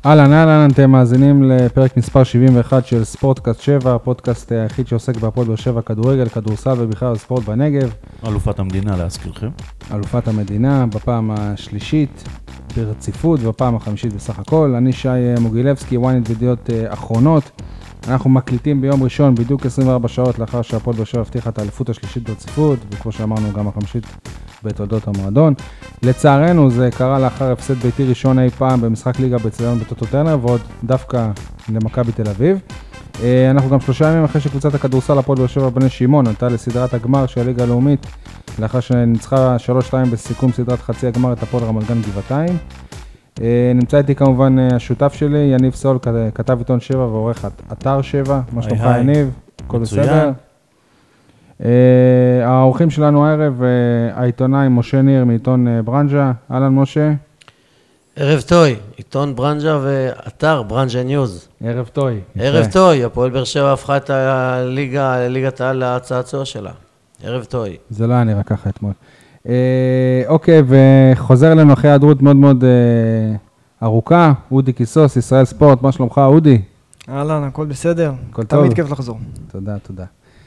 אהלן, אתם מאזינים לפרק מספר 71 של ספורטקאסט 7, הפודקאסט היחיד שעוסק בהפועל באר שבע, כדורגל, כדורסל ובכלל הספורט בנגב. אלופת המדינה, להזכירכם. אלופת המדינה, בפעם השלישית ברציפות, ובפעם החמישית בסך הכל. אני שי מוגילבסקי, ynet וידיעות אחרונות. אנחנו מקליטים ביום ראשון, בדיוק 24 שעות לאחר שהפועל באר שבע הבטיחה את האליפות השלישית ברציפות, וכמו שאמרנו גם החמישית בתולדות המועדון. לצערנו זה קרה לאחר הפסד ביתי ראשון אי פעם במשחק ליגה באצטדיון בטוטו טרנר, ועוד דווקא למכבי תל אביב. אנחנו גם 3 ימים אחרי שקבוצת הכדורסל הפועל באר שבע בני שמעון עלתה לסדרת הגמר של הליגה הלאומית, לאחר שניצחה 3-2 בסיכום סדרת חצי הגמר את הפועל רמת גן גבעתיים. נמצא איתי כמובן השותף שלי, יניב סול, כתב עיתון 7 ועורך אתר 7. מה שלומך יניב? הכל בסדר? האורחים שלנו הערב, העיתונאי משה ניר מעיתון ברנז'ה. אהלן משה. ערב טוי, עיתון ברנז'ה ואתר ברנז'ה ניוז. ערב טוי. ערב טוי, הפועל באר שבע הפכה את ליגת העל לצעצוע שלה. ערב טוי. זה לא היה נראה ככה אתמול. אוקיי, וחוזר אלינו אחרי היעדרות מאוד מאוד ארוכה, אודי קיסוס, ישראל ספורט. מה שלומך אודי? אהלן, הכל בסדר. הכל טוב. תמיד כיף לחזור. תודה.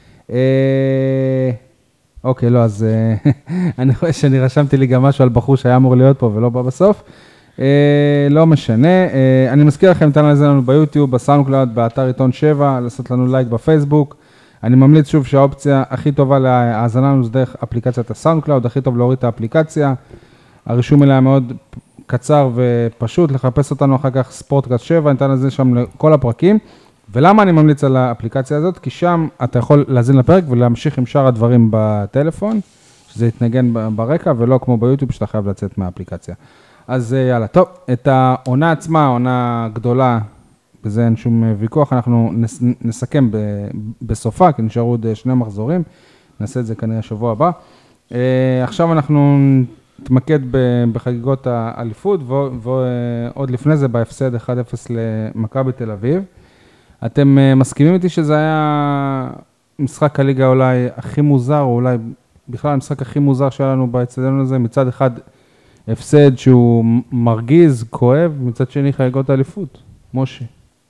אוקיי, לא, אז אני חושב שאני רשמתי לי גם משהו על בחור שהיה אמור להיות פה ולא בא בסוף. לא משנה. אני מזכיר לכם, ניתן לזה לנו ביוטיוב, בסאונדקלאוד, באתר עיתון 7, לעשות לנו לייק בפייסבוק. אני ממליץ שוב שהאופציה הכי טובה להאזנה לנו זה דרך אפליקציית הסאונדקלאוד, הכי טוב להוריד את האפליקציה. הרישום אליה מאוד קצר ופשוט, לחפש אותנו אחר כך ספורטקאסט 7, ניתן לזה שם לכל הפרקים. ולמה אני ממליץ על האפליקציה הזאת? כי שם אתה יכול להזין לפרק ולהמשיך עם שאר הדברים בטלפון, שזה יתנגן ברקע, ולא כמו ביוטיוב שאתה חייב לצאת מהאפליקציה. אז יאללה, טוב, את העונה עצמה, העונה גדולה, בזה אין שום ויכוח, אנחנו נסכם בסופה, כי נשארו עוד 2 מחזורים, נעשה את זה כנראה שבוע הבא. עכשיו אנחנו נתמקד בחגיגות האליפות, ועוד לפני זה בהפסד 1-0 למכבי תל אביב. אתם מסכימים איתי שזה היה משחק הליגה אולי הכי מוזר, או אולי בכלל המשחק הכי מוזר שהיה לנו באצטדיון הזה, מצד אחד הפסד שהוא מרגיז, כואב, מצד שני חגיגות האליפות. משה.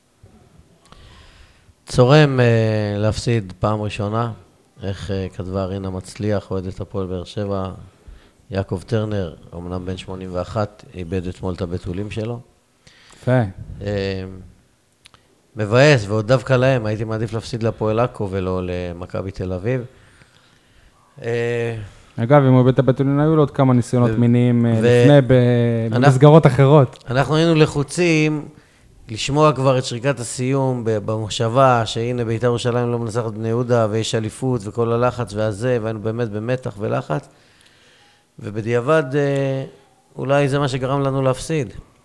צורם להפסיד פעם ראשונה, איך כתבה רינה מצליח, אוהדת הפועל באר שבע, יעקב טרנר, אמנם בן 81, איבד אתמול את הבתולים שלו. יפה. מבאס, ועוד דווקא להם, הייתי מעדיף להפסיד לפועל עכו ולא למכבי תל אביב. אגב, אם הוא איבד את הבתולים, היו לו עוד כמה ניסיונות מיניים לפני במסגרות אחרות. אנחנו היינו לחוצים לשמוע כבר את שריקת הסיום במושבה, שהנה בית"ר ירושלים לא מנצחת בני יהודה, ויש אליפות וכל הלחץ והזה, והיינו באמת במתח ולחץ. ובדיעבד, אולי זה מה שגרם לנו להפסיד.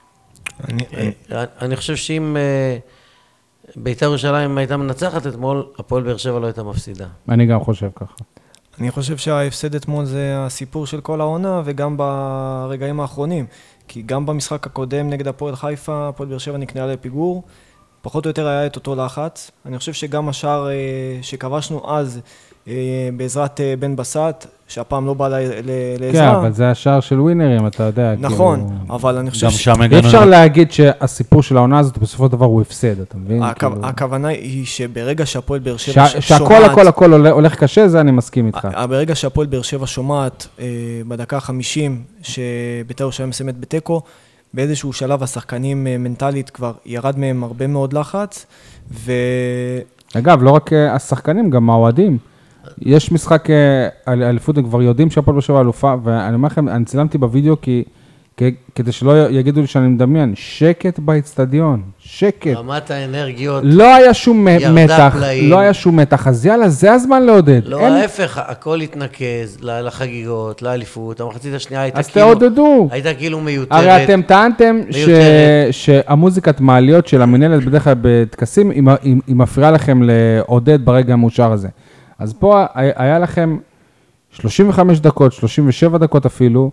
אני חושב שאם בית"ר ירושלים הייתה מנצחת אתמול, הפועל באר שבע לא הייתה מפסידה. אני גם חושב ככה. אני חושב שההפסד אתמול זה הסיפור של כל העונה, וגם ברגעים האחרונים. כי גם במשחק הקודם נגד הפועל חיפה, הפועל באר שבע נקנעה לפיגור, פחות או יותר היה את אותו לחץ. אני חושב שגם השער שכבשנו אז, בעזרת בן בסט, שהפעם לא בא לעזרה. כן, אבל זה השער של ווינרים, אתה יודע. נכון, אבל אני חושב אי אפשר להגיד שהסיפור של העונה הזאת, בסופו של דבר הוא הפסד, אתה מבין? הכוונה היא שברגע שהפועל באר שבע שומעת... שהכל הולך קשה, זה אני מסכים איתך. ברגע שהפועל באר שבע שומעת בדקה 50, שבית"ר ירושלים מסיימת בתיקו, באיזשהו שלב השחקנים מנטלית כבר ירד מהם הרבה מאוד לחץ, אגב, לא רק השחקנים, גם האוהדים. יש משחק אליפות, הם כבר יודעים שהפועל באר שבע אלופה, ואני אומר לכם, אני צילמתי בווידאו כדי שלא יגידו לי שאני מדמיין, שקט באצטדיון, שקט. רמת האנרגיות לא היה שום ירדה מתח, פלאים. לא היה שום מתח, אז יאללה, זה הזמן לעודד. לא, ההפך, הכל התנקז לחגיגות, לאליפות, המחצית השנייה הייתה אז תעודדו. הייתה כאילו מיותרת. הרי אתם טענתם שהמוזיקת מעליות של המנהלת בדרך כלל בטקסים, היא מפריעה לכם לעודד ברגע המאושר הזה. אז פה היה לכם 35 דקות, 37 דקות אפילו,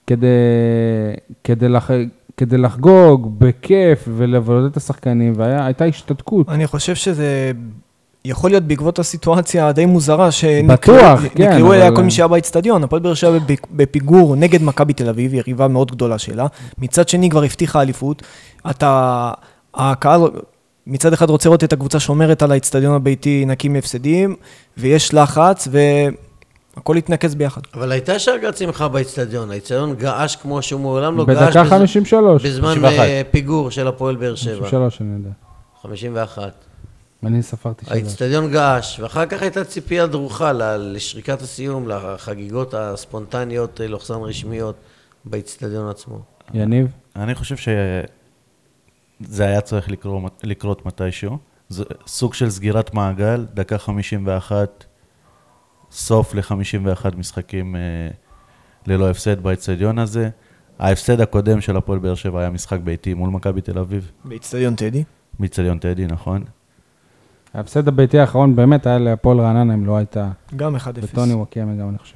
כדי לחגוג בכיף ולבודד את השחקנים, והייתה השתתקות. אני חושב שזה יכול להיות בעקבות הסיטואציה די מוזרה, בטוח, כן, נקראו אליה אבל- כל מי שהיה באצטדיון, הפועל באר שבע בפיגור נגד מכבי תל אביב, יריבה מאוד גדולה שלה, מצד שני כבר הבטיחה אליפות, הקהל מצד אחד רוצה לראות את הקבוצה שומרת על האצטדיון הביתי נקי מהפסדים, ויש לחץ, והכל יתנקז ביחד. אבל הייתה שרגת שמחה באצטדיון, האצטדיון געש כמו שהוא מעולם לא געש בדקה 53. בזמן 51. פיגור של הפועל באר שבע. 53, אני יודע. 51. אני ספרתי שלוש. האצטדיון געש, ואחר כך הייתה ציפייה דרוכה לשריקת הסיום, לחגיגות הספונטניות, לוחסן רשמיות באצטדיון עצמו. יניב? אני חושב שזה היה צריך לקרות מתישהו. זה סוג של סגירת מעגל, דקה 51, סוף ל-51 משחקים ללא הפסד באצטדיון הזה. ההפסד הקודם של הפועל באר שבע היה משחק ביתי מול מכבי תל אביב, באצטדיון טדי. באצטדיון טדי, נכון? ההפסד הביתי האחרון באמת היה להפועל רעננה, אם לא הייתה... גם 1-0. וטוני וואקמה גם, אני חושב.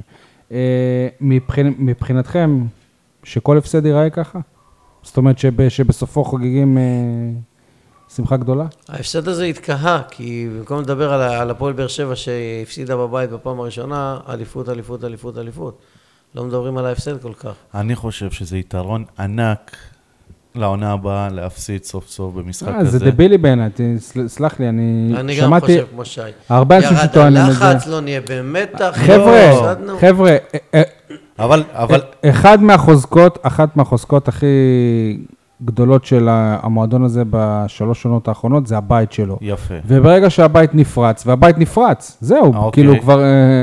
מבחינתכם, שכל הפסד ייראה ככה? זאת אומרת שבסופו חוגגים שמחה גדולה? ההפסד הזה התקהה, כי במקום לדבר על הפועל באר שבע שהפסידה בבית בפעם הראשונה, אליפות, אליפות, אליפות, אליפות. לא מדברים על ההפסד כל כך. אני חושב שזה יתרון ענק לעונה הבאה להפסיד סוף סוף במשחק זה הזה. דבילי בעיניי, סלח לי, אני גם שמעתי חושב כמו שי. הרבה אנשים שטוענים את ירד זה. הלחץ, לא נהיה במתח. חבר'ה, אבל אחת מהחוזקות הכי גדולות של המועדון הזה בשלוש שנות האחרונות, זה הבית שלו. יפה. וברגע שהבית נפרץ, והבית נפרץ, זהו, אוקיי. כאילו כבר...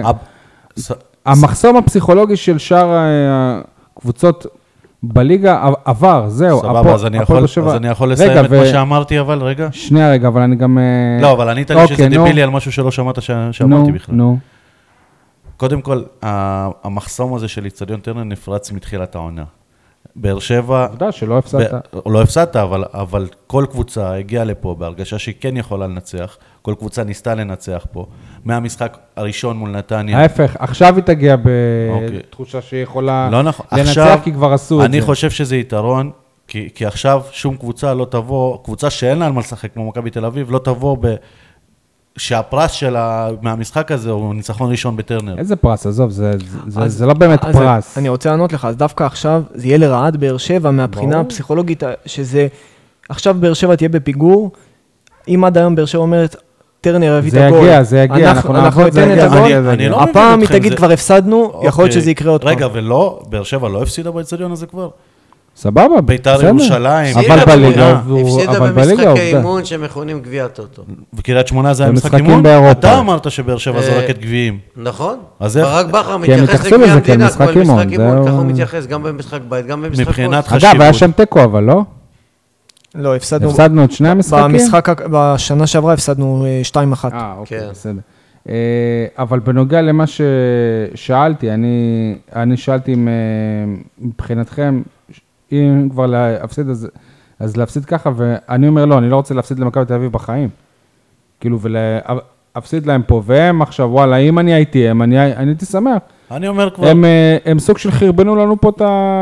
המחסום הפסיכולוגי של שאר הקבוצות בליגה עבר, זהו. סבבה, אז אני יכול לסיים את מה שאמרתי, אבל רגע. שנייה רגע, אבל אני גם... לא, אבל ענית לי שזה דבילי על משהו שלא שמעת שאמרתי בכלל. נו. קודם כל, המחסום הזה של אצטדיון טרנר נפרץ מתחילת העונה. באר שבע... עובדה שלא הפסדת. לא הפסדת, אבל כל קבוצה הגיעה לפה בהרגשה שהיא כן יכולה לנצח. כל קבוצה ניסתה לנצח פה. מהמשחק הראשון מול נתניה. ההפך, עכשיו היא תגיע בתחושה שהיא יכולה לנצח, כי כבר עשו את זה. אני חושב שזה יתרון, כי עכשיו שום קבוצה לא תבוא, קבוצה שאין לה על מה לשחק כמו מכבי תל אביב, לא תבוא שהפרס שלה מהמשחק הזה הוא ניצחון ראשון בטרנר. איזה פרס? עזוב, זה לא באמת פרס. אני רוצה לענות לך, אז דווקא עכשיו זה יהיה לרעת באר שבע מהבחינה הפסיכולוגית, שזה עכשיו באר שבע תהיה בפיגור, אם עד היום באר שבע אומרת, טרנר הביא את הגול. זה יגיע, אנחנו ניתן את הגול. הפעם היא תגיד כבר הפסדנו, יכול להיות שזה יקרה עוד פעם. רגע, ולא, באר שבע לא הפסידה באצטדיון הזה כבר? סבבה, בית"ר ירושלים. אבל בליגה, הפסידה במשחקי אימון שמכונים גביע הטוטו. וקריית שמונה זה היה משחק במשחקים אימון? באירופה. אתה אמרת שבאר שבע זורקת גביעים. נכון. אז איך? ברק בכר כי הם מתייחס התייחסו לגביע לזה המדינה כמשחק כמו אימון, למשחק אימון, זהו. ככה הוא מתייחס גם במשחק בית, גם במשחק מבחינת חוץ. חשיבות. אגב, היה שם תיקו, אבל לא? לא, הפסדנו את שני המשחקים? בשנה שעברה הפסדנו 2-1. אוקיי, כן. בסדר. אבל בנוגע למה ששאלתי, אני שאלתי אם מבחינתכם, אם כבר להפסיד, אז להפסיד ככה, ואני אומר לא, אני לא רוצה להפסיד למכבי תל אביב בחיים. כאילו, ולהפסיד להם פה, והם עכשיו, וואלה, אם אני הייתי הם, אני הייתי שמח. אני אומר כבר... הם סוג של חרבנו לנו פה את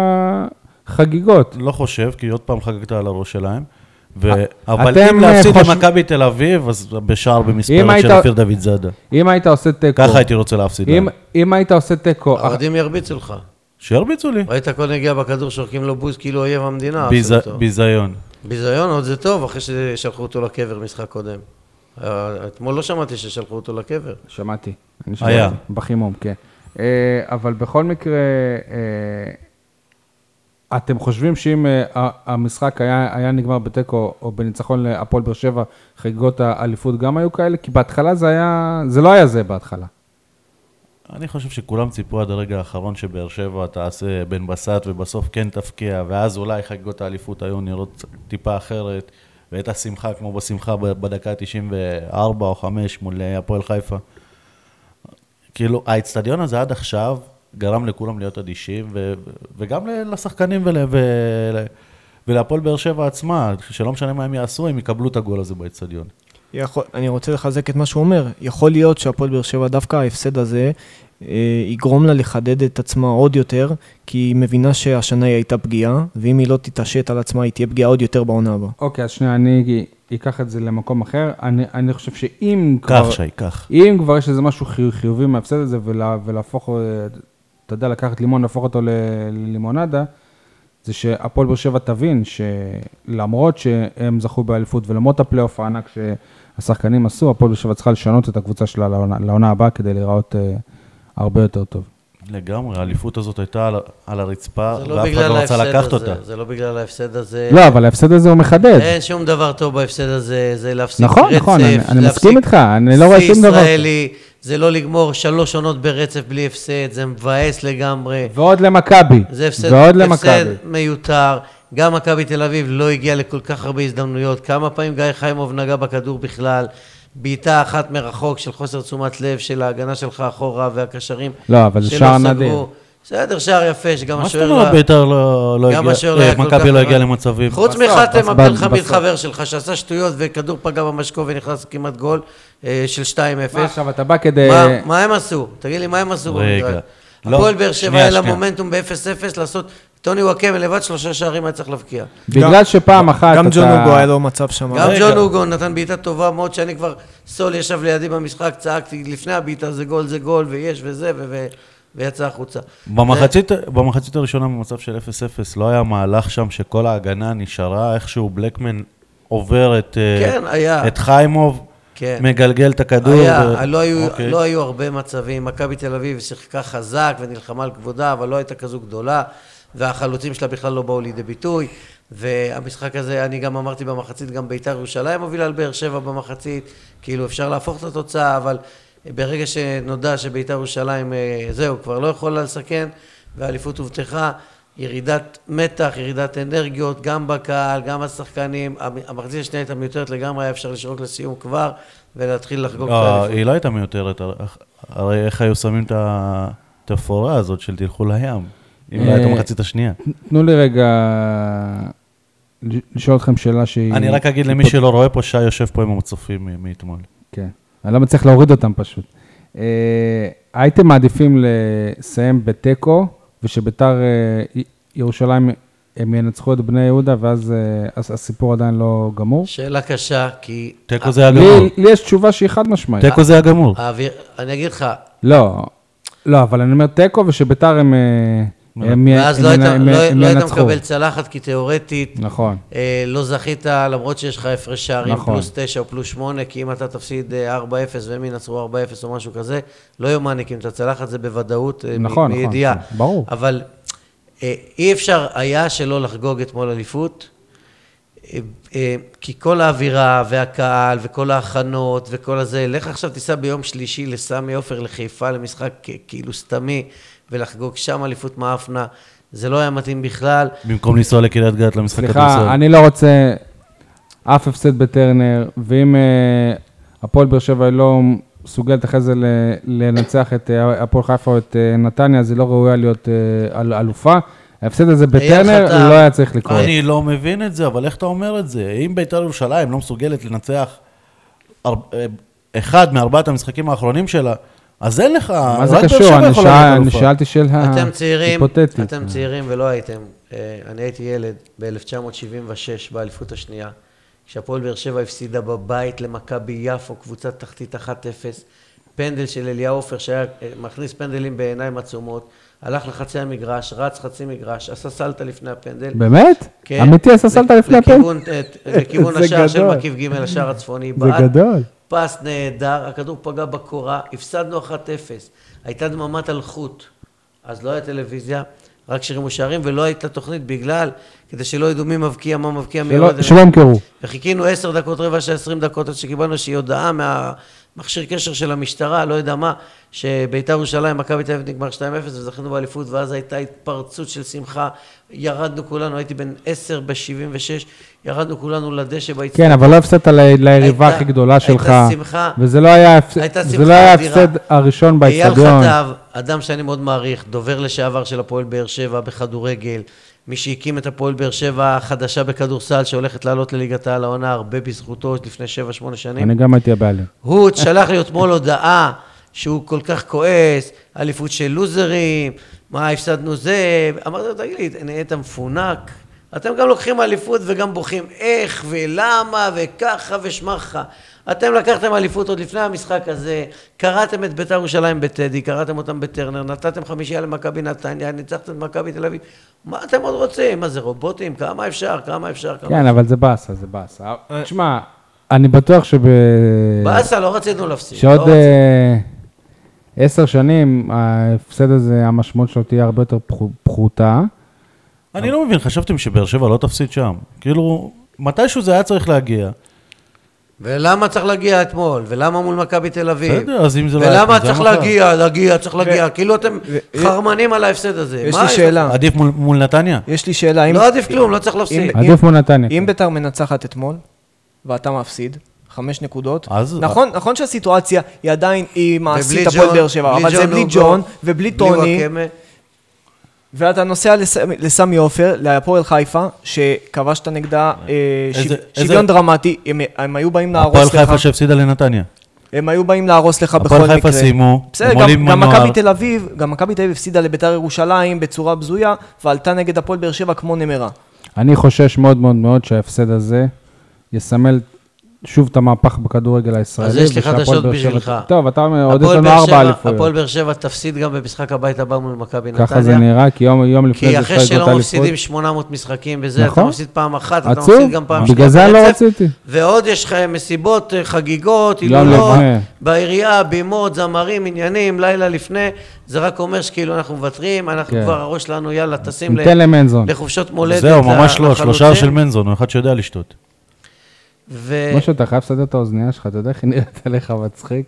החגיגות. לא חושב, כי עוד פעם חגגת על הראש שלהם. אבל אם להפסיד למכבי תל אביב, אז בשער במספרת של אפיר דוד זאדה. אם היית עושה תיקו... ככה הייתי רוצה להפסיד להם. אם היית עושה תיקו... האוהדים ירביצו לך. שירביצו לי. ראית כל נגיע בכדור שורקים לו בוז כאילו אויב המדינה. ביזיון. ביזיון, עוד זה טוב, אחרי ששלחו אותו לקבר משחק קודם. אתמול לא שמעתי ששלחו אותו לקבר. שמעתי. היה. בחימום, כן. אבל בכל מקרה, אתם חושבים שאם המשחק היה נגמר בתיקו או בניצחון להפועל באר שבע, חגיגות האליפות גם היו כאלה? כי בהתחלה זה לא היה זה בהתחלה. אני חושב שכולם ציפו עד הרגע האחרון שבאר שבע תעשה בן בסט ובסוף כן תפקיע, ואז אולי חגיגות האליפות היו נראות טיפה אחרת, והייתה שמחה כמו בשמחה בדקה 94 או 5 מול הפועל חיפה. כאילו, האצטדיון הזה עד עכשיו גרם לכולם להיות אדישים, וגם לשחקנים ולהפועל באר שבע עצמה, שלא משנה מה הם יעשו, הם יקבלו את הגול הזה באצטדיון. אני רוצה לחזק את מה שהוא אומר. יכול להיות שהפועל באר שבע, דווקא ההפסד הזה, יגרום לה לחדד את עצמה עוד יותר, כי היא מבינה שהשנה היא הייתה פגיעה, ואם היא לא תתעשת על עצמה, היא תהיה פגיעה עוד יותר בעונה הבאה. אוקיי, אז שנייה, אני אקח את זה למקום אחר. אני חושב שאם אם כבר יש איזה משהו חיובי מההפסד הזה, ולהפוך, אתה יודע, לקחת לימון, להפוך אותו ללימונדה, זה שהפועל באר שבע תבין שלמרות שהם זכו באליפות, ולמרות הפלייאוף הענק שהשחקנים עשו, הפועל באר שבע צריכה לשנות את הקבוצה שלה לעונה הבאה, כדי להיראות הרבה יותר טוב. לגמרי, האליפות הזאת הייתה על הרצפה, זה לא ואף אחד בגלל לא רצה ההפסד לקחת הזה, אותה. זה לא בגלל ההפסד הזה. לא, אבל ההפסד הזה הוא מחדד. אין שום דבר טוב בהפסד הזה, זה להפסיק רצף. נכון, אני מסכים איתך, אני לא רואה שום דבר. ישראלי, זה לא לגמור 3 עונות ברצף בלי הפסד, זה מבאס לגמרי. ועוד למכבי. זה הפסד מיותר. גם מכבי תל אביב לא הגיע לכל כך הרבה הזדמנויות. כמה פעמים גיא חיימוב נגע בכדור בכלל. בעיטה אחת מרחוק של חוסר תשומת לב של ההגנה שלך אחורה והקשרים. לא, אבל זה שער נדיר. בסדר, שער יפה, שגם השוער לא... מה זאת אומרת בית"ר לא הגיע, מכבי לא הגיע למצבים. חוץ מחתם עבדל חמיד חבר שלך, שעשה שטויות וכדור פגע במשקו ונכנס כמעט גול של 2-0. מה עכשיו, אתה בא כדי... מה הם עשו? תגיד לי, מה הם עשו? רגע. הפועל באר שבע היה לה מומנטום ב-0-0 לעשות... טוני וואקמה לבד 3 שערים היה צריך להבקיע. בגלל שפעם אחת גם ג'ון אוגו היה לו מצב שם. גם ג'ון אוגו נתן בעיטה טובה מאוד, שאני כבר, סול ישב לידי במשחק, צעקתי לפני הבעיטה, זה גול, ויש וזה, ויצא החוצה. במחצית הראשונה במצב של 0-0, לא היה מהלך שם שכל ההגנה נשארה, איכשהו בלקמן עובר את חיימוב, מגלגל את הכדור. לא היו הרבה מצבים, מכבי תל אביב שיחקה חזק ונלחמה על כבודה, אבל לא הייתה כזו גדולה. והחלוצים שלה בכלל לא באו לידי ביטוי, והמשחק הזה, אני גם אמרתי במחצית, גם בית"ר ירושלים הובילה על באר שבע במחצית, כאילו אפשר להפוך את התוצאה, אבל ברגע שנודע שבית"ר ירושלים, זהו, כבר לא יכולה לסכן, והאליפות הובטחה, ירידת מתח, ירידת אנרגיות, גם בקהל, גם השחקנים, המחצית השנייה הייתה מיותרת לגמרי, היה אפשר לשרוק לסיום כבר, ולהתחיל לחגוג את האליפות. היא לא הייתה מיותרת, הרי איך היו שמים את התפאורה הזאת של תלכו לים? אם לא הייתה מחצית השנייה. תנו לי רגע לשאול אתכם שאלה שהיא... אני רק אגיד למי שלא רואה פה, שי יושב פה עם המצופים מאתמול. כן, אני לא מצליח להוריד אותם פשוט. הייתם מעדיפים לסיים בטקו, ושביתר ירושלים הם ינצחו את בני יהודה, ואז הסיפור עדיין לא גמור? שאלה קשה, כי... טקו זה הגמור. לי יש תשובה שהיא חד משמעית. טקו זה הגמור. אני אגיד לך... לא, אבל אני אומר טקו, ושביתר הם... ואז לא היית מקבל צלחת, כי תיאורטית, נכון. לא זכית, למרות שיש לך הפרש שערים פלוס 9 או פלוס 8, כי אם אתה תפסיד 4-0 והם ינצחו 4-0 או משהו כזה, לא יהיו מעניקים את הצלחת, זה בוודאות מידיעה. ברור. אבל אי אפשר היה שלא לחגוג אתמול אליפות, כי כל האווירה והקהל וכל ההכנות וכל הזה, לך עכשיו תיסע ביום שלישי לסמי עופר לחיפה למשחק כאילו סתמי, ולחגוג שם אליפות מאפנה, זה לא היה מתאים בכלל. במקום לנסוע לקריית גת למשחק כדורסל. סליחה, אני לא רוצה אף הפסד בטרנר, ואם הפועל באר שבע לא מסוגלת אחרי זה לנצח את הפועל חיפה או את נתניה, אז היא לא ראויה להיות אלופה. ההפסד הזה בטרנר לא היה צריך לקרות. אני לא מבין את זה, אבל איך אתה אומר את זה? אם בית"ר ירושלים לא מסוגלת לנצח אחד מארבעת המשחקים האחרונים שלה, אז אין לך, מה זה קשור? אני שאלתי שאלה היפותטית. אתם צעירים ולא הייתם. אני הייתי ילד ב-1976 באליפות השנייה, כשהפועל באר שבע הפסידה בבית למכבי יפו, קבוצת תחתית 1-0, פנדל של אליהו עופר שהיה מכניס פנדלים בעיניים עצומות, הלך לחצי המגרש, רץ חצי מגרש, עשה סלטה לפני הפנדל. באמת? כן. אמיתי עשה סלטה לפני הפנדל? לכיוון השער של מקיף ג' השער הצפוני. זה גדול. פס נהדר, הכדור פגע בקורה, הפסדנו 1-0. הייתה דממת על חוט, אז לא היה טלוויזיה, רק שירים ושערים, ולא הייתה תוכנית בגלל, כדי שלא ידעו מי מבקיע, מה מבקיע, מי יורד. שלא ימכרו. וחיכינו 10 דקות, רבע שעה, 20 דקות, עד שקיבלנו שהיא הודעה מהמכשיר קשר של המשטרה, לא יודע מה, שבית"ר ירושלים, מכבי תל אביב נגמר 2-0, וזכינו באליפות, ואז הייתה התפרצות של שמחה, ירדנו כולנו, הייתי בן 10 ב-76, ירדנו כולנו לדשא באצטדיון. כן, אבל לא הפסדת ליריבה הכי גדולה שלך. הייתה שמחה. וזה לא היה ההפסד הראשון באצטדיון. אייל חטב, אדם שאני מאוד מעריך, דובר לשעבר של הפועל באר שבע בכדורגל, מי שהקים את הפועל באר שבע החדשה בכדורסל, שהולכת לעלות לליגת העל העונה, הרבה בזכותו לפני 7-8 שנים. אני גם הייתי הבעלים. הוא שלח לי אתמול הודעה שהוא כל כך כועס, אליפות של לוזרים, מה הפסדנו זה, אמרתי לו, תגיד לי, נהיית מפונק, אתם גם לוקחים אליפות וגם בוכים איך ולמה וככה ושמחה. אתם לקחתם אליפות עוד לפני המשחק הזה, קראתם את בית"ר ירושלים בטדי, קראתם אותם בטרנר, נתתם 5 למכבי נתניה, ניצחתם את מכבי תל אביב. מה אתם עוד רוצים? מה זה רובוטים? כמה אפשר? כן, אבל זה באסה, זה באסה. תשמע, אני בטוח באסה, לא רצינו להפסיד. שעוד 10 שנים, ההפסד הזה, המשמעות שלו תהיה הרבה יותר פחותה. אני לא מבין, חשבתם שבאר שבע לא תפסיד שם. כאילו, מתישהו זה היה צריך להגיע. ולמה צריך להגיע אתמול? ולמה מול מכבי תל אביב? בסדר, אז אם זה לא היה... ולמה צריך להגיע? כאילו אתם חרמנים על ההפסד הזה. יש לי שאלה. עדיף מול נתניה? יש לי שאלה. לא עדיף כלום, לא צריך להפסיד. עדיף מול נתניה. אם בית"ר מנצחת אתמול, ואתה מפסיד, 5 נקודות, אז... נכון שהסיטואציה היא עדיין, היא מעשית הפועל באר שבע, אבל זה בלי ג'ון ובלי טוני, ואתה נוסע לסמי עופר, להפועל חיפה, שכבשת נגדה שוויון דרמטי, הם היו באים להרוס לך. הפועל חיפה שהפסידה לנתניה. הם היו באים להרוס לך בכל מקרה. הפועל חיפה סיימו, בסדר, גם מכבי תל אביב הפסידה לבית"ר ירושלים בצורה בזויה, ועלתה נגד הפועל באר שבע כמו נמרה. אני חושש מאוד מאוד מאוד שההפסד הזה יסמל שוב את המהפך בכדורגל הישראלי. אז יש לי חדשות בשבילך. טוב, אתה עוד יש לנו 4 אליפויות. הפועל באר שבע תפסיד גם במשחק הבית הבא מול מכבי נתניה. ככה זה נראה, כי יום לפני כי זה אחרי שלא מפסידים 800 משחקים בזה, אתה מפסיד פעם אחת, אתה מפסיד גם פעם בגלל זה לא רציתי. ועוד יש לכם מסיבות, חגיגות, הילולות, בעירייה, בימות, זמרים, עניינים, לילה לפני, זה רק אומר שכאילו אנחנו מוותרים, אנחנו כבר הראש שלנו, יאללה, טסים לחופשות מולדת. זהו, ממש לא, 3 של מנזון, הוא אחד שיודע לשתות. משהו, אתה חייב לסדר את האוזנייה שלך, אתה יודע איך היא נראית עליך מצחיק?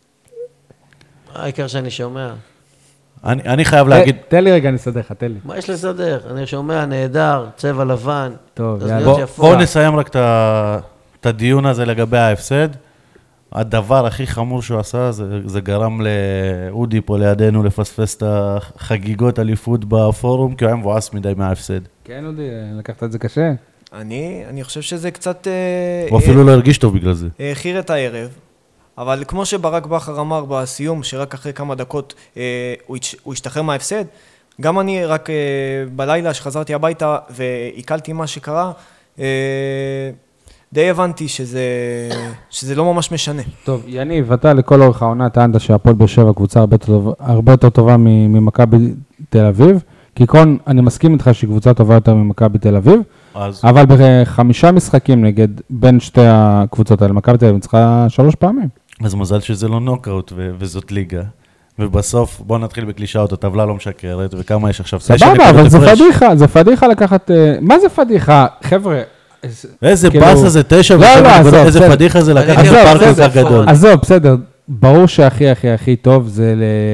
העיקר שאני שומע. אני חייב להגיד... תן לי רגע, אני אסדר לך, תן לי. מה יש לסדר? אני שומע נהדר, צבע לבן. טוב, בואו נסיים רק את הדיון הזה לגבי ההפסד. הדבר הכי חמור שהוא עשה, זה גרם לאודי פה לידינו לפספס את החגיגות אליפות בפורום, כי הוא היה מבואס מדי מההפסד. כן, אודי, לקחת את זה קשה. אני חושב שזה קצת... הוא אפילו לא הרגיש טוב בגלל זה. הכיר את הערב, אבל כמו שברק בכר אמר בסיום, שרק אחרי כמה דקות הוא השתחרר מההפסד, גם אני רק בלילה שחזרתי הביתה ועיכלתי מה שקרה, די הבנתי שזה לא ממש משנה. טוב, יניב, אתה לכל אורך העונה טענת שהפועל באר שבע קבוצה הרבה יותר טובה ממכבי תל אביב, כי אני מסכים איתך שהיא קבוצה טובה יותר ממכבי תל אביב, אבל ב5 משחקים נגד בין שתי הקבוצות האלה, מכבי תל אביב צריכה 3 פעמים. אז מזל שזה לא נוקאוט וזאת ליגה. ובסוף בואו נתחיל בקלישאות, הטבלה לא משקרת, וכמה יש עכשיו? סבבה, אבל זה פדיחה לקחת... מה זה פדיחה? חבר'ה... איזה באסה זה 9 איזה פדיחה זה לקחת פארק כל כך גדול. עזוב, בסדר. ברור שהכי טוב זה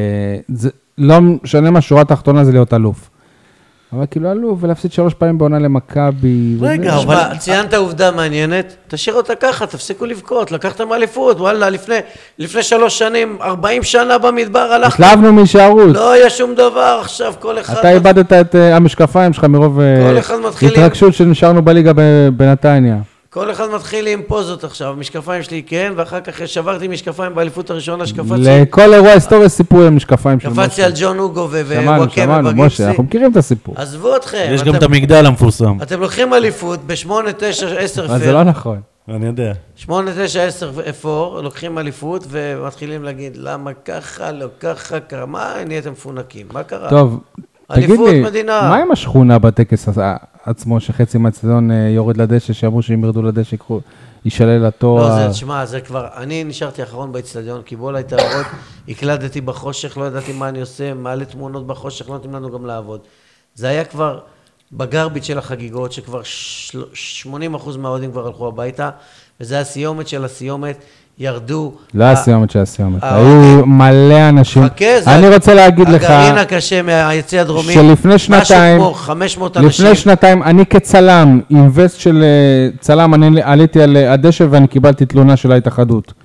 לא משנה מה, שורה תחתונה זה להיות אלוף. אבל כאילו אלוף ולהפסיד 3 פעמים בעונה למכבי. רגע, אבל... ציינת עובדה מעניינת, תשאיר אותה ככה, תפסיקו לבכות, לקחתם אליפות, וואלה, לפני 3 שנים, 40 שנה במדבר הלכנו. השלבנו משערות. לא היה שום דבר, עכשיו כל אחד... אתה איבדת את המשקפיים שלך מרוב התרגשות שנשארנו בליגה בנתניה. כל אחד מתחיל עם פוזות עכשיו, משקפיים שלי כן, ואחר כך שברתי משקפיים באליפות הראשונה שקפצתי. לכל אירוע היסטוריה סיפור עם משקפיים של משה. קפצתי על ג'ון אוגו שמענו, משה, אנחנו מכירים את הסיפור. עזבו אתכם. יש גם את המגדל המפורסם. אתם לוקחים אליפות ב-8, 9, 10 אבל זה לא נכון. אני יודע. 8, 9, 10 אפור, לוקחים אליפות ומתחילים להגיד, למה ככה, לא ככה, קרה, מה נהייתם מפונקים, מה קרה? טוב, תגיד לי, מה עם השכונה בטקס עצמו, שחצי מהצדון יורד לדשא, שאמרו שאם ירדו לדשא, יישלל התואר? לא, תשמע, זה כבר, אני נשארתי האחרון באצטדיון, כי בוא לי תעבוד, הקלדתי בחושך, לא ידעתי מה אני עושה, מעלה תמונות בחושך, לא נותנים לנו גם לעבוד. זה היה כבר בגרביט של החגיגות, שכבר 80% מהאוהדים כבר הלכו הביתה, וזה הסיומת של הסיומת, ירדו... לא הסיומת של הסיומת, היו מלא אנשים. אני רוצה להגיד לך... הגרעין הקשה מהיציא הדרומי, שלפני שנתיים, משהו כמו 500 אנשים. לפני שנתיים, אני כצלם, עם וסט של צלם, אני עליתי על הדשא ואני קיבלתי תלונה של ההתאחדות.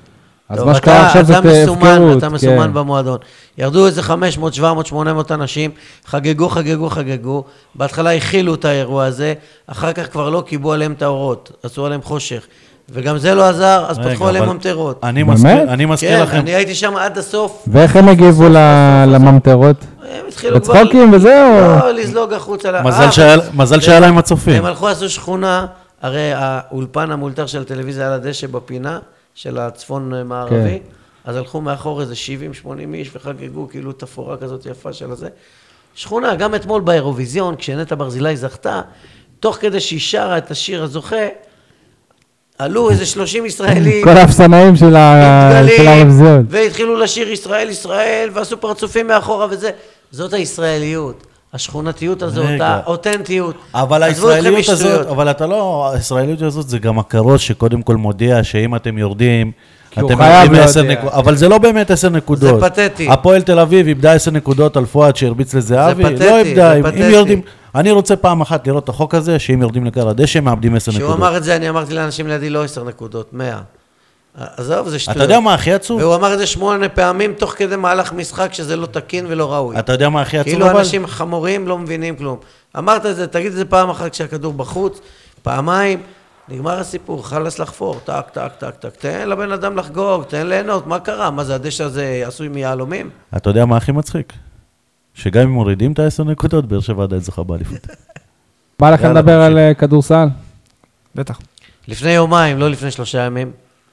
אז טוב, מה שקרה עכשיו זה הפקרות. אתה מסומן במועדון. ירדו איזה 500, 700, 800 אנשים, חגגו. בהתחלה הכילו את האירוע הזה, אחר כך כבר לא קיבלו עליהם את האורות, עשו עליהם חושך. וגם זה לא עזר, אז פתחו עליהם ממטרות. אני מזכיר כן, לכם. אני הייתי שם עד הסוף. ואיך הם הגיבו לממטרות? הם התחילו כבר... בצחוקים וזהו? לא, לזלוג החוצה. מזל שהיה להם הצופים. הם הלכו, עשו שכונה, הרי האולפן המולתר של הטלוויזיה על הדשא בפינה, של הצפון מערבי, אז הלכו מאחור איזה 70-80 איש וחגגו כאילו תפאורה כזאת יפה של הזה. שכונה, גם אתמול באירוויזיון, כשנטע ברזילי זכתה, תוך כדי שהיא שרה את השיר הזוכה, עלו איזה 30 ישראלים. כל האפסנאים של האירוויזיון. והתחילו לשיר ישראל, ישראל, ועשו פרצופים מאחורה וזה. זאת הישראליות. השכונתיות הזאת, האותנטיות. אבל הישראליות הזאת, אבל אתה לא, הישראליות הזאת זה גם הכרוז שקודם כל מודיע שאם אתם יורדים, אתם יורדים 10 נקודות, אבל זה לא באמת 10 נקודות. זה פתטי. הפועל תל אביב איבדה 10 נקודות על פואד שהרביץ לזהבי, לא איבדה, אם יורדים, אני רוצה פעם אחת לראות את החוק הזה, שאם יורדים לקר הדשא, מאבדים 10 נקודות. כשהוא אמר את זה, אני אמרתי לאנשים לידי לא 10 נקודות, 100. עזוב, זה שטויות. אתה יודע מה הכי עצוב? והוא אמר את זה 8 פעמים, תוך כדי מהלך משחק, שזה לא תקין ולא ראוי. אתה יודע מה הכי עצוב? כאילו אנשים חמורים לא מבינים כלום. אמרת את זה, תגיד את זה פעם אחת כשהכדור בחוץ, פעמיים, נגמר הסיפור, חלס לחפור, טק. תן לבן אדם לחגוג, תן ליהנות, מה קרה? מה זה, הדשא הזה עשוי מיהלומים? אתה יודע מה הכי מצחיק? שגם אם מורידים את 10 נקודות, באר שבע עדיין זוכה באליפות. בא לכם לדבר על כדורסל? בטח. לפני יומיים, לא לפני 3 ימים,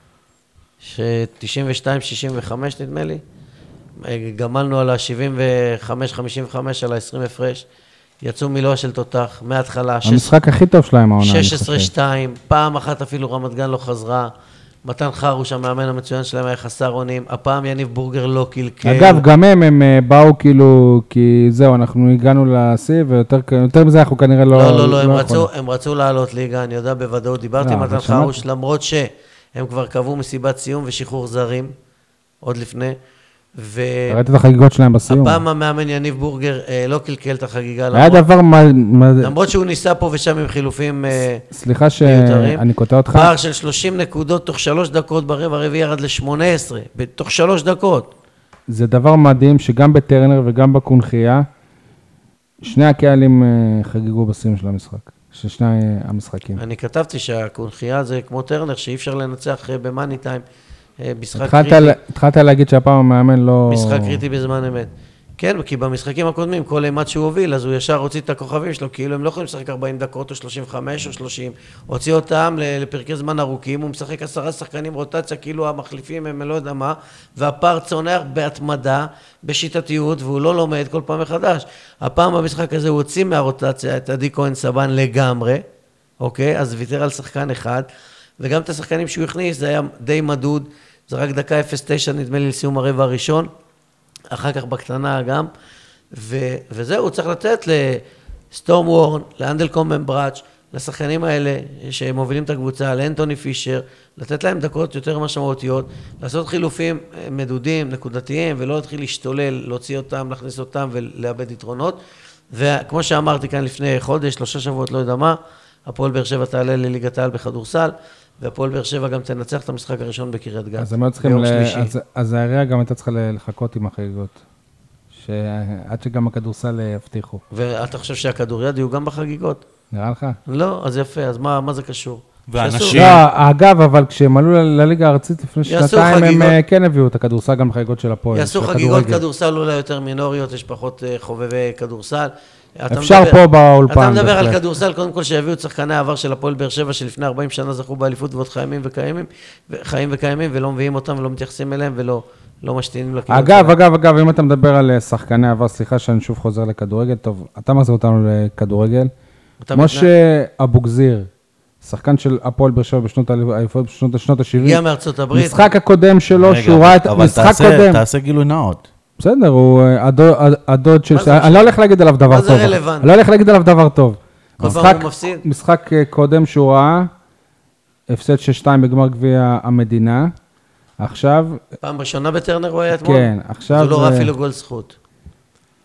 ש-92-65 נדמה לי, גמלנו על ה-75-55 על ה-20 הפרש, יצאו מילואה של תותח, מההתחלה, המשחק הכי טוב שלהם העונה. 16-2, פעם אחת אפילו רמת גן לא חזרה, מתן חרוש, המאמן המצוין שלהם, היה חסר אונים, הפעם יניב בורגר לא קלקל. אגב, גם הם באו כאילו, כי זהו, אנחנו הגענו לשיא, ויותר מזה אנחנו כנראה לא... לא, הם רצו לעלות ליגה, אני יודע בוודאות, דיברתי עם מתן חרוש, למרות שהם כבר קבעו מסיבת סיום ושחרור זרים, עוד לפני, ראית את החגיגות שלהם בסיום. הפעם המאמן יניב בורגר לא קלקל את החגיגה. היה דבר... למרות שהוא ניסה פה ושם עם חילופים מיותרים. סליחה שאני קוטע אותך. פער של 30 נקודות תוך 3 דקות ברבע הרביעי ירד ל-18, בתוך 3 דקות. זה דבר מדהים שגם בטרנר וגם בקונחייה, שני הקהלים חגיגו בסיום של המשחק. של שני המשחקים. אני כתבתי שהקונחייה זה כמו טרנר, שאי אפשר לנצח במאני טיים. משחק קריטי. התחלת להגיד שהפעם המאמן לא... משחק קריטי בזמן אמת. כן, כי במשחקים הקודמים, כל אימת שהוא הוביל, אז הוא ישר הוציא את הכוכבים שלו, כאילו הם לא יכולים לשחק 40 דקות או 35 או 30, הוציא אותם לפרקי זמן ארוכים, הוא משחק 10 שחקנים רוטציה, כאילו המחליפים הם לא יודע מה, והפער צונח בהתמדה, בשיטתיות, והוא לא לומד כל פעם מחדש. הפעם במשחק הזה הוא הוציא מהרוטציה את עדי כהן סבן לגמרי, אוקיי? אז ויתר על שחקן אחד, וגם את השחקנים שהוא הכניס, זה היה די מדוד, זה רק דקה 0-9 נדמה לי לסיום הרבע הראשון, אחר כך בקטנה גם, וזהו, הוא צריך לתת לסטורם וורן, לאנדל קומבראץ', לשחקנים האלה שמובילים את הקבוצה, לאנטוני פישר, לתת להם דקות יותר משמעותיות, לעשות חילופים מדודים, נקודתיים, ולא להתחיל להשתולל, להוציא אותם, להכניס אותם ולאבד יתרונות, וכמו שאמרתי כאן לפני חודש, 3 שבועות, לא יודע מה, הפועל באר שבע תעלה לליגת העל בכדורסל, והפועל באר שבע גם תנצח את המשחק הראשון בקריית גת. אז הם צריכים, אז העירייה גם הייתה צריכה לחכות עם החגיגות, עד שגם הכדורסל יבטיחו. ואתה חושב שהכדוריד יהיו גם בחגיגות? נראה לך? לא, אז יפה, אז מה זה קשור? ואנשים... לא, אגב, אבל כשהם עלו לליגה הארצית לפני שנתיים, הם כן הביאו את הכדורסל גם לחגיגות של הפועל. יעשו חגיגות כדורסל אולי יותר מינוריות, יש פחות חובבי כדורסל. אפשר פה באולפן. אתה מדבר על כדורסל, קודם כל שהביאו את שחקני העבר של הפועל באר שבע, שלפני 40 שנה זכו באליפות ועוד חיים וקיימים, ולא מביאים אותם ולא מתייחסים אליהם ולא משתינים לכיוון. אגב, אם אתה מדבר על שחקני העבר, סליחה שאני שוב חוזר לכדורגל, טוב, אתה מחזיר אותנו לכדורגל. משה אבוגזיר, שחקן של הפועל באר שבע בשנות ה-70. הגיע מארצות הברית. משחק הקודם שלו, שהוא ראה את משחק קודם. אבל תעשה גילוי נאות. בסדר, הוא הדוד של... אני לא הולך להגיד עליו דבר טוב. מה זה רלוונטי? אני לא הולך להגיד עליו דבר טוב. כל פעם הוא מפסיד? משחק קודם שהוא ראה, הפסד 6-2 בגמר גביע המדינה. עכשיו... פעם ראשונה בטרנר הוא היה אתמול? כן, עכשיו... זה לא ראה אפילו גול זכות.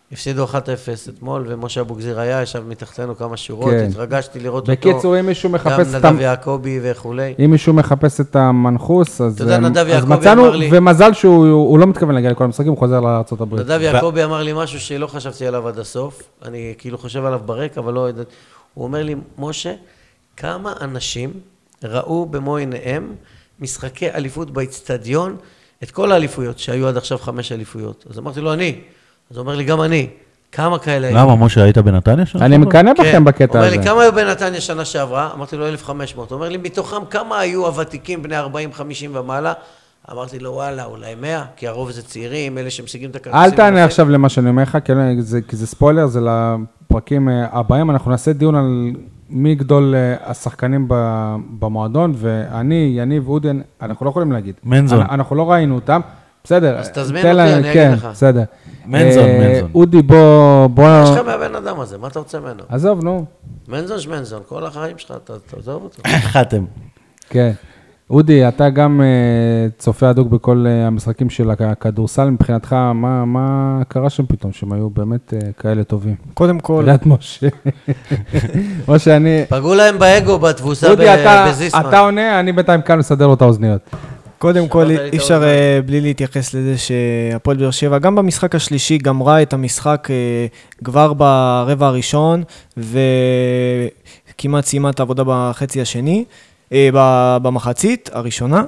הפסידו 1-0 אתמול, ומשה אבוגזיר היה, ישב מתחתנו כמה שורות, כן. התרגשתי לראות אותו. בקיצור, אם מישהו מחפש גם נדב יעקבי וכולי. אם מישהו מחפש את המנחוס, אז אתה יודע, נדב אז יעקבי מצאנו, אמר לי- ומזל שהוא לא מתכוון להגיע לכל המשחקים, הוא חוזר לארצות הברית. נדב יעקבי אמר לי משהו שלא חשבתי עליו עד הסוף, אני כאילו חושב עליו ברקע, אבל לא יודע. הוא אומר לי, משה, כמה אנשים ראו במו עיניהם משחקי אליפות באצטדיון, את כל האליפויות, שהיו עד עכשיו 5 אליפויות. אז אמרתי לו, אני. אז הוא אומר לי, גם אני. כמה כאלה היו? למה, משה, היית בנתניה שם? אני מקנא בכם בקטע הוא אומר הזה. לי, כמה היו בנתניה שנה שעברה? אמרתי לו, 1,500. הוא אומר לי, מתוכם כמה היו הוותיקים בני 40-50 ומעלה? אמרתי לו, וואלה, אולי 100, כי הרוב זה צעירים, אלה שמשיגים את הכרטיסים. אל תענה עכשיו למה שאני אומר לך, כי זה ספוילר, זה לפרקים הבאים, אנחנו נעשה דיון על מי גדול השחקנים במועדון, ואני, יניב, אודי, אנחנו לא יכולים להגיד. מנזון. אנחנו לא ראינו אותם, בסדר. אז תזמין תן אותי, לנו- אני אגיד כן, לך. בסדר. מנזון. אודי, בוא... יש לך מהבן אדם הזה, מה אתה רוצה ממנו? עזוב, נו. מנזון שמנזון, כל החיים שלך, אתה עוזב אותו. חתם. כן. אודי, אתה גם צופה הדוק בכל המשחקים של הכדורסל, מבחינתך, מה קרה שם פתאום, שהם היו באמת כאלה טובים? קודם כל, קריית משה. משה, אני... פגעו להם באגו בתבוסה אודי, בזיסמן. אתה עונה, אני בינתיים כאן מסדר לו את האוזניות. קודם כל, שמעת לי את אי אפשר האוזניים. בלי להתייחס לזה שהפועל באר שבע, גם במשחק השלישי, גמרה את המשחק כבר ברבע הראשון, וכמעט סיימה את העבודה בחצי השני, במחצית הראשונה.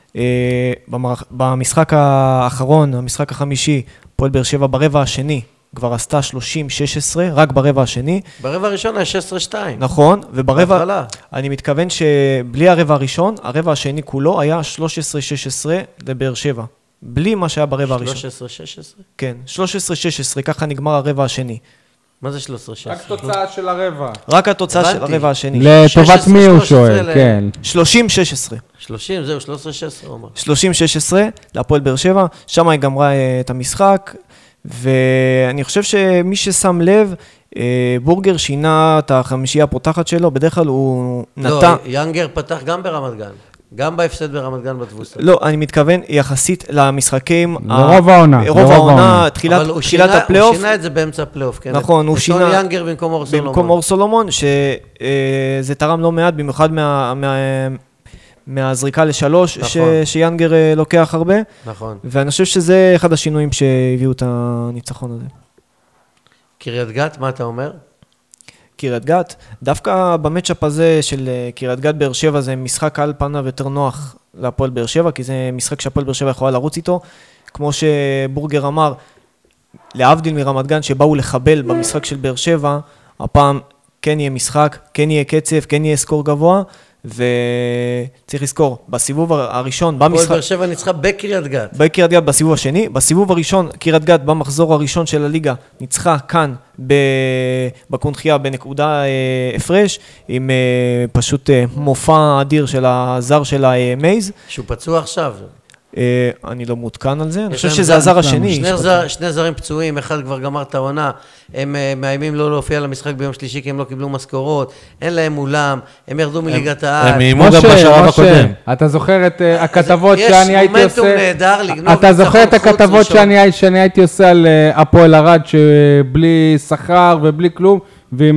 במשחק האחרון, המשחק החמישי, הפועל באר שבע ברבע השני, כבר עשתה 30-16, רק ברבע השני. ברבע הראשון היה 16-2. נכון, וברבע... בהתחלה. אני מתכוון שבלי הרבע הראשון, הרבע השני כולו היה 13-16 לבאר שבע. בלי מה שהיה ברבע הראשון. 13-16? כן, 13-16, ככה נגמר הרבע השני. מה זה 13-16? רק תוצאה של הרבע. רק התוצאה של הבנתי. הרבע השני. לטובת מי הוא 16, שואל, כן. 30-16. 30, זהו, 13-16 הוא אמר. 30-16 להפועל באר שבע, שם היא גמרה את המשחק, ואני חושב שמי ששם לב, בורגר שינה את החמישייה הפותחת שלו, בדרך כלל הוא לא, נטע... יאנגר פתח גם ברמת גן. גם בהפסד ברמת גן בתבוסה. לא, אני מתכוון יחסית למשחקים... לרוב העונה. רוב העונה, תחילת אבל הוא הפלייאוף. הוא שינה את זה באמצע הפלייאוף, כן? נכון, הוא שינה... את יאנגר במקום אור סולומון. במקום אור סולומון, שזה תרם לא מעט, במיוחד מהזריקה לשלוש, נכון. שיאנגר לוקח הרבה, נכון. ואני חושב שזה אחד השינויים שהביאו את הניצחון הזה. קריית גת, מה אתה אומר? קריית גת, דווקא במצ'אפ הזה של קריית גת באר שבע, זה משחק על פניו יותר נוח להפועל באר שבע, כי זה משחק שהפועל באר שבע יכולה לרוץ איתו, כמו שבורגר אמר, להבדיל מרמת גן שבאו לחבל במשחק של באר שבע, הפעם כן יהיה משחק, כן יהיה קצב, כן יהיה סקור גבוה, וצריך לזכור, בסיבוב הראשון, הפועל במשחק... באר שבע ניצחה בקריית גת. בקריית גת בסיבוב השני, בסיבוב הראשון, קריית גת במחזור הראשון של הליגה, ניצחה כאן בקונחייה בנקודה הפרש, עם פשוט מופע אדיר של הזר של המייז. שהוא פצוע עכשיו. אני לא מעודכן על זה, אני חושב להם שזה זר הזר השני. שני זרים פצועים, אחד כבר גמר את העונה, הם מאיימים לא להופיע למשחק ביום שלישי כי הם לא קיבלו משכורות, אין להם אולם, הם ירדו מליגת העל. הם איימו גם בשלב הקודם. אתה זוכר את הכתבות יש שאני הייתי מומנטום עושה... נהדר לגנוב אתה זוכר את ניצחון חוץ הכתבות ראשון. שאני הייתי עושה על הפועל ערד, שבלי שכר ובלי כלום, ועם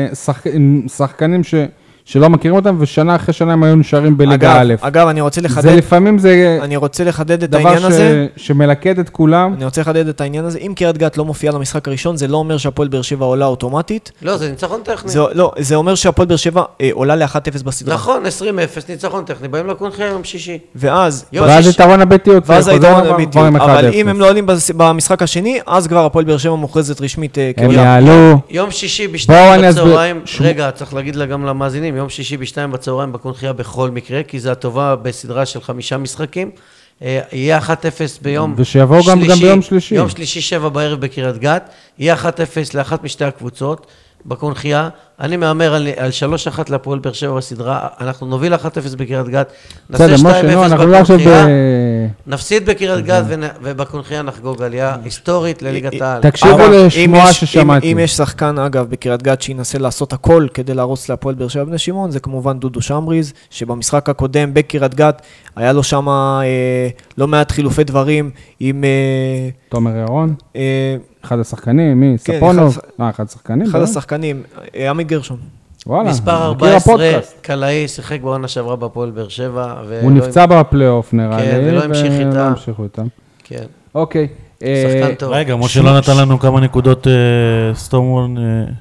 שחקנים שלא מכירים אותם, ושנה אחרי שנה הם היו נשארים בליגה א'. אגב, אני רוצה זה לחדד, לפעמים זה אני רוצה לחדד את דבר העניין הזה. שמלכד את כולם. אני רוצה לחדד את העניין הזה. אם קריית גת לא מופיעה למשחק הראשון, זה לא אומר שהפועל באר שבע עולה אוטומטית. לא, זה ניצחון טכני. זה אומר שהפועל באר שבע עולה ל-1-0 בסדרה. נכון, 20-0, ניצחון טכני, באים לקונחייה יום שישי. ואז... יום ואז שישי. יתרון הביתיות. ואז חוזר היתרון כבר הביתיות. עם 1-0. אבל אם הם לא עולים במשחק השני, אז כבר הפועל באר שבע מוכרזת רשמית הם יעלו. יום שישי בואו בשתיים אני אסביר. בצהריים, רגע, צריך להגיד לה גם למאזינים, יום שישי בשתיים בצהריים בקונחייה בכל מקרה, כי זו הטובה בסדרה של 5 משחקים. יהיה 1-0 ביום ושיבואו גם ביום שלישי. יום שלישי 7 בערב בקריית גת, יהיה 1-0 לאחת משתי הקבוצות בקונחייה. אני מאמר על 3-1 להפועל באר שבע בסדרה, אנחנו נוביל 1-0 בקריית גת, נעשה 2-0 בקונחייה, נפסיד בקריית גת ובקונחייה נחגוג עלייה היסטורית לליגת העל. תקשיבו לשמועה ששמעתי. אם יש שחקן, אגב, בקריית גת שינסה לעשות הכל כדי להרוס להפועל באר שבע בני שמעון, זה כמובן דודו שמריז, שבמשחק הקודם בקריית גת, היה לו שם לא מעט חילופי דברים עם... תומר ירון? אחד השחקנים, מי? כן, ספונוב? אחד השחקנים? אחד באמת? השחקנים, עמי גרשון. וואלה, מספר מכיר 14, הפודקאסט. קלעי, שיחק בעונה שעברה בפועל באר שבע. הוא נפצע בפלייאוף נראה לי. כן, ולא המשיך איתם. ולא המשיכו איתם. כן, אוקיי. שחקן טוב. רגע, משה לא נתן לנו כמה נקודות סטורמון,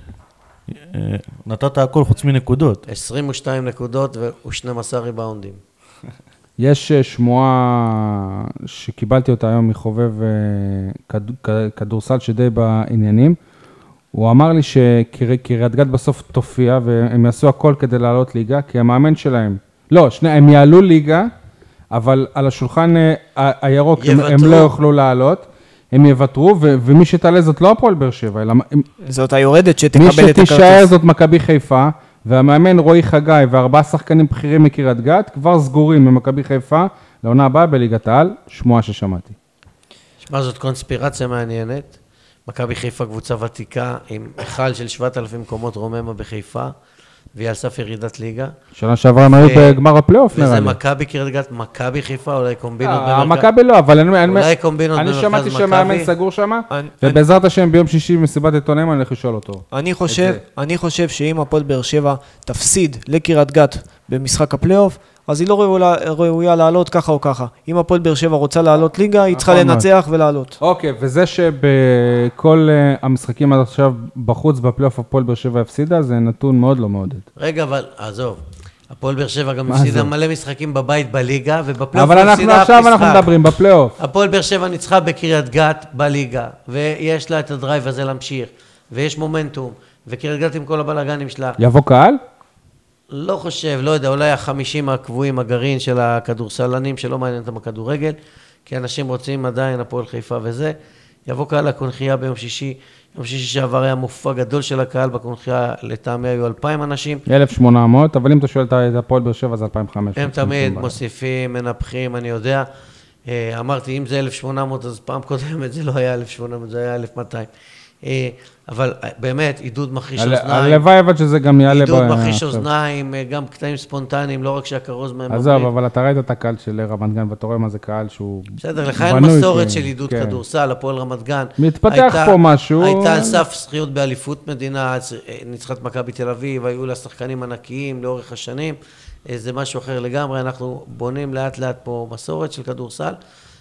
נתת הכל חוץ מנקודות. 22 נקודות ו12 ריבאונדים. יש שמועה שקיבלתי אותה היום מחובב כדורסל שדי בעניינים. הוא אמר לי שקריית גת בסוף תופיע, והם יעשו הכל כדי לעלות ליגה, כי המאמן שלהם, לא, הם יעלו ליגה, אבל על השולחן הירוק הם לא יוכלו לעלות, הם יוותרו, ומי שתעלה זאת לא הפועל באר שבע, אלא זאת היורדת שתקבל את מי הכרטיס. שתישאר זאת מכבי חיפה, והמאמן רועי חגי וארבעה שחקנים בכירים מקריית גת, כבר סגורים ממכבי חיפה, לעונה הבאה בליגת העל, שמועה ששמעתי. שמע, זאת קונספירציה מעניינת. מכבי חיפה קבוצה ותיקה עם היכל של 7,000 מקומות רוממה בחיפה, והיא על סף ירידת ליגה. שנה שעברה הם היו בגמר הפלייאוף נראה לי. וזה מכבי קריית גת, מכבי חיפה, אולי קומבינות מכבי לא, אבל אולי קומבינות אני במרכז שמעתי שמאמן מכבי. סגור שם, ובעזרת השם ביום שישי במסיבת עיתונאים אני הולך לשאול אותו. אני חושב שאם הפועל באר שבע תפסיד לקריית גת במשחק הפלייאוף, אז היא לא ראויה לעלות ככה או ככה. אם הפועל באר שבע רוצה לעלות ליגה, היא צריכה לנצח ולעלות. אוקיי, וזה שבכל המשחקים עד עכשיו בחוץ בפלייאוף הפועל באר שבע הפסידה, זה נתון מאוד לא מעודד. רגע, אבל עזוב. הפועל באר שבע גם הפסידה מלא משחקים בבית בליגה, ובפלייאוף אבל אנחנו עכשיו אנחנו מדברים בפלייאוף. הפועל באר שבע ניצחה בקריית גת בליגה, ויש לה את הדרייב הזה להמשיך, ויש מומנטום, וקריית גת עם כל הבלגנים שלה. יבוא קהל? לא חושב, לא יודע, אולי 50 הקבועים, הגרעין של הכדורסלנים, שלא מעניין אותם הכדורגל, כי אנשים רוצים עדיין הפועל חיפה וזה. יבוא קהל לקונחייה ביום שישי, יום שישי שעבר היה מופע גדול של הקהל בקונחייה, לטעמי היו 2,000 אנשים. 1,800, אבל אם אתה שואל את הפועל באר שבע זה 2,500. הם תמיד מוסיפים, מנפחים, אני יודע. אמרתי, אם זה 1,800, אז פעם קודמת זה לא היה 1,800, זה היה 1,200. אבל באמת, עידוד מחיש אוזניים. הלוואי אבל שזה גם יעלה. עידוד מחיש אוזניים, גם קטעים ספונטניים, לא רק שהכרוז מהם. עזוב, אבל אתה ראית את הקהל של רמת גן, ואתה רואה מה זה קהל שהוא בסדר, לך אין מסורת של עידוד כדורסל, הפועל רמת גן. מתפתח פה משהו. הייתה על סף זכיות באליפות מדינה, ניצחת מכבי תל אביב, היו לה שחקנים ענקיים לאורך השנים, זה משהו אחר לגמרי, אנחנו בונים לאט לאט פה מסורת של כדורסל,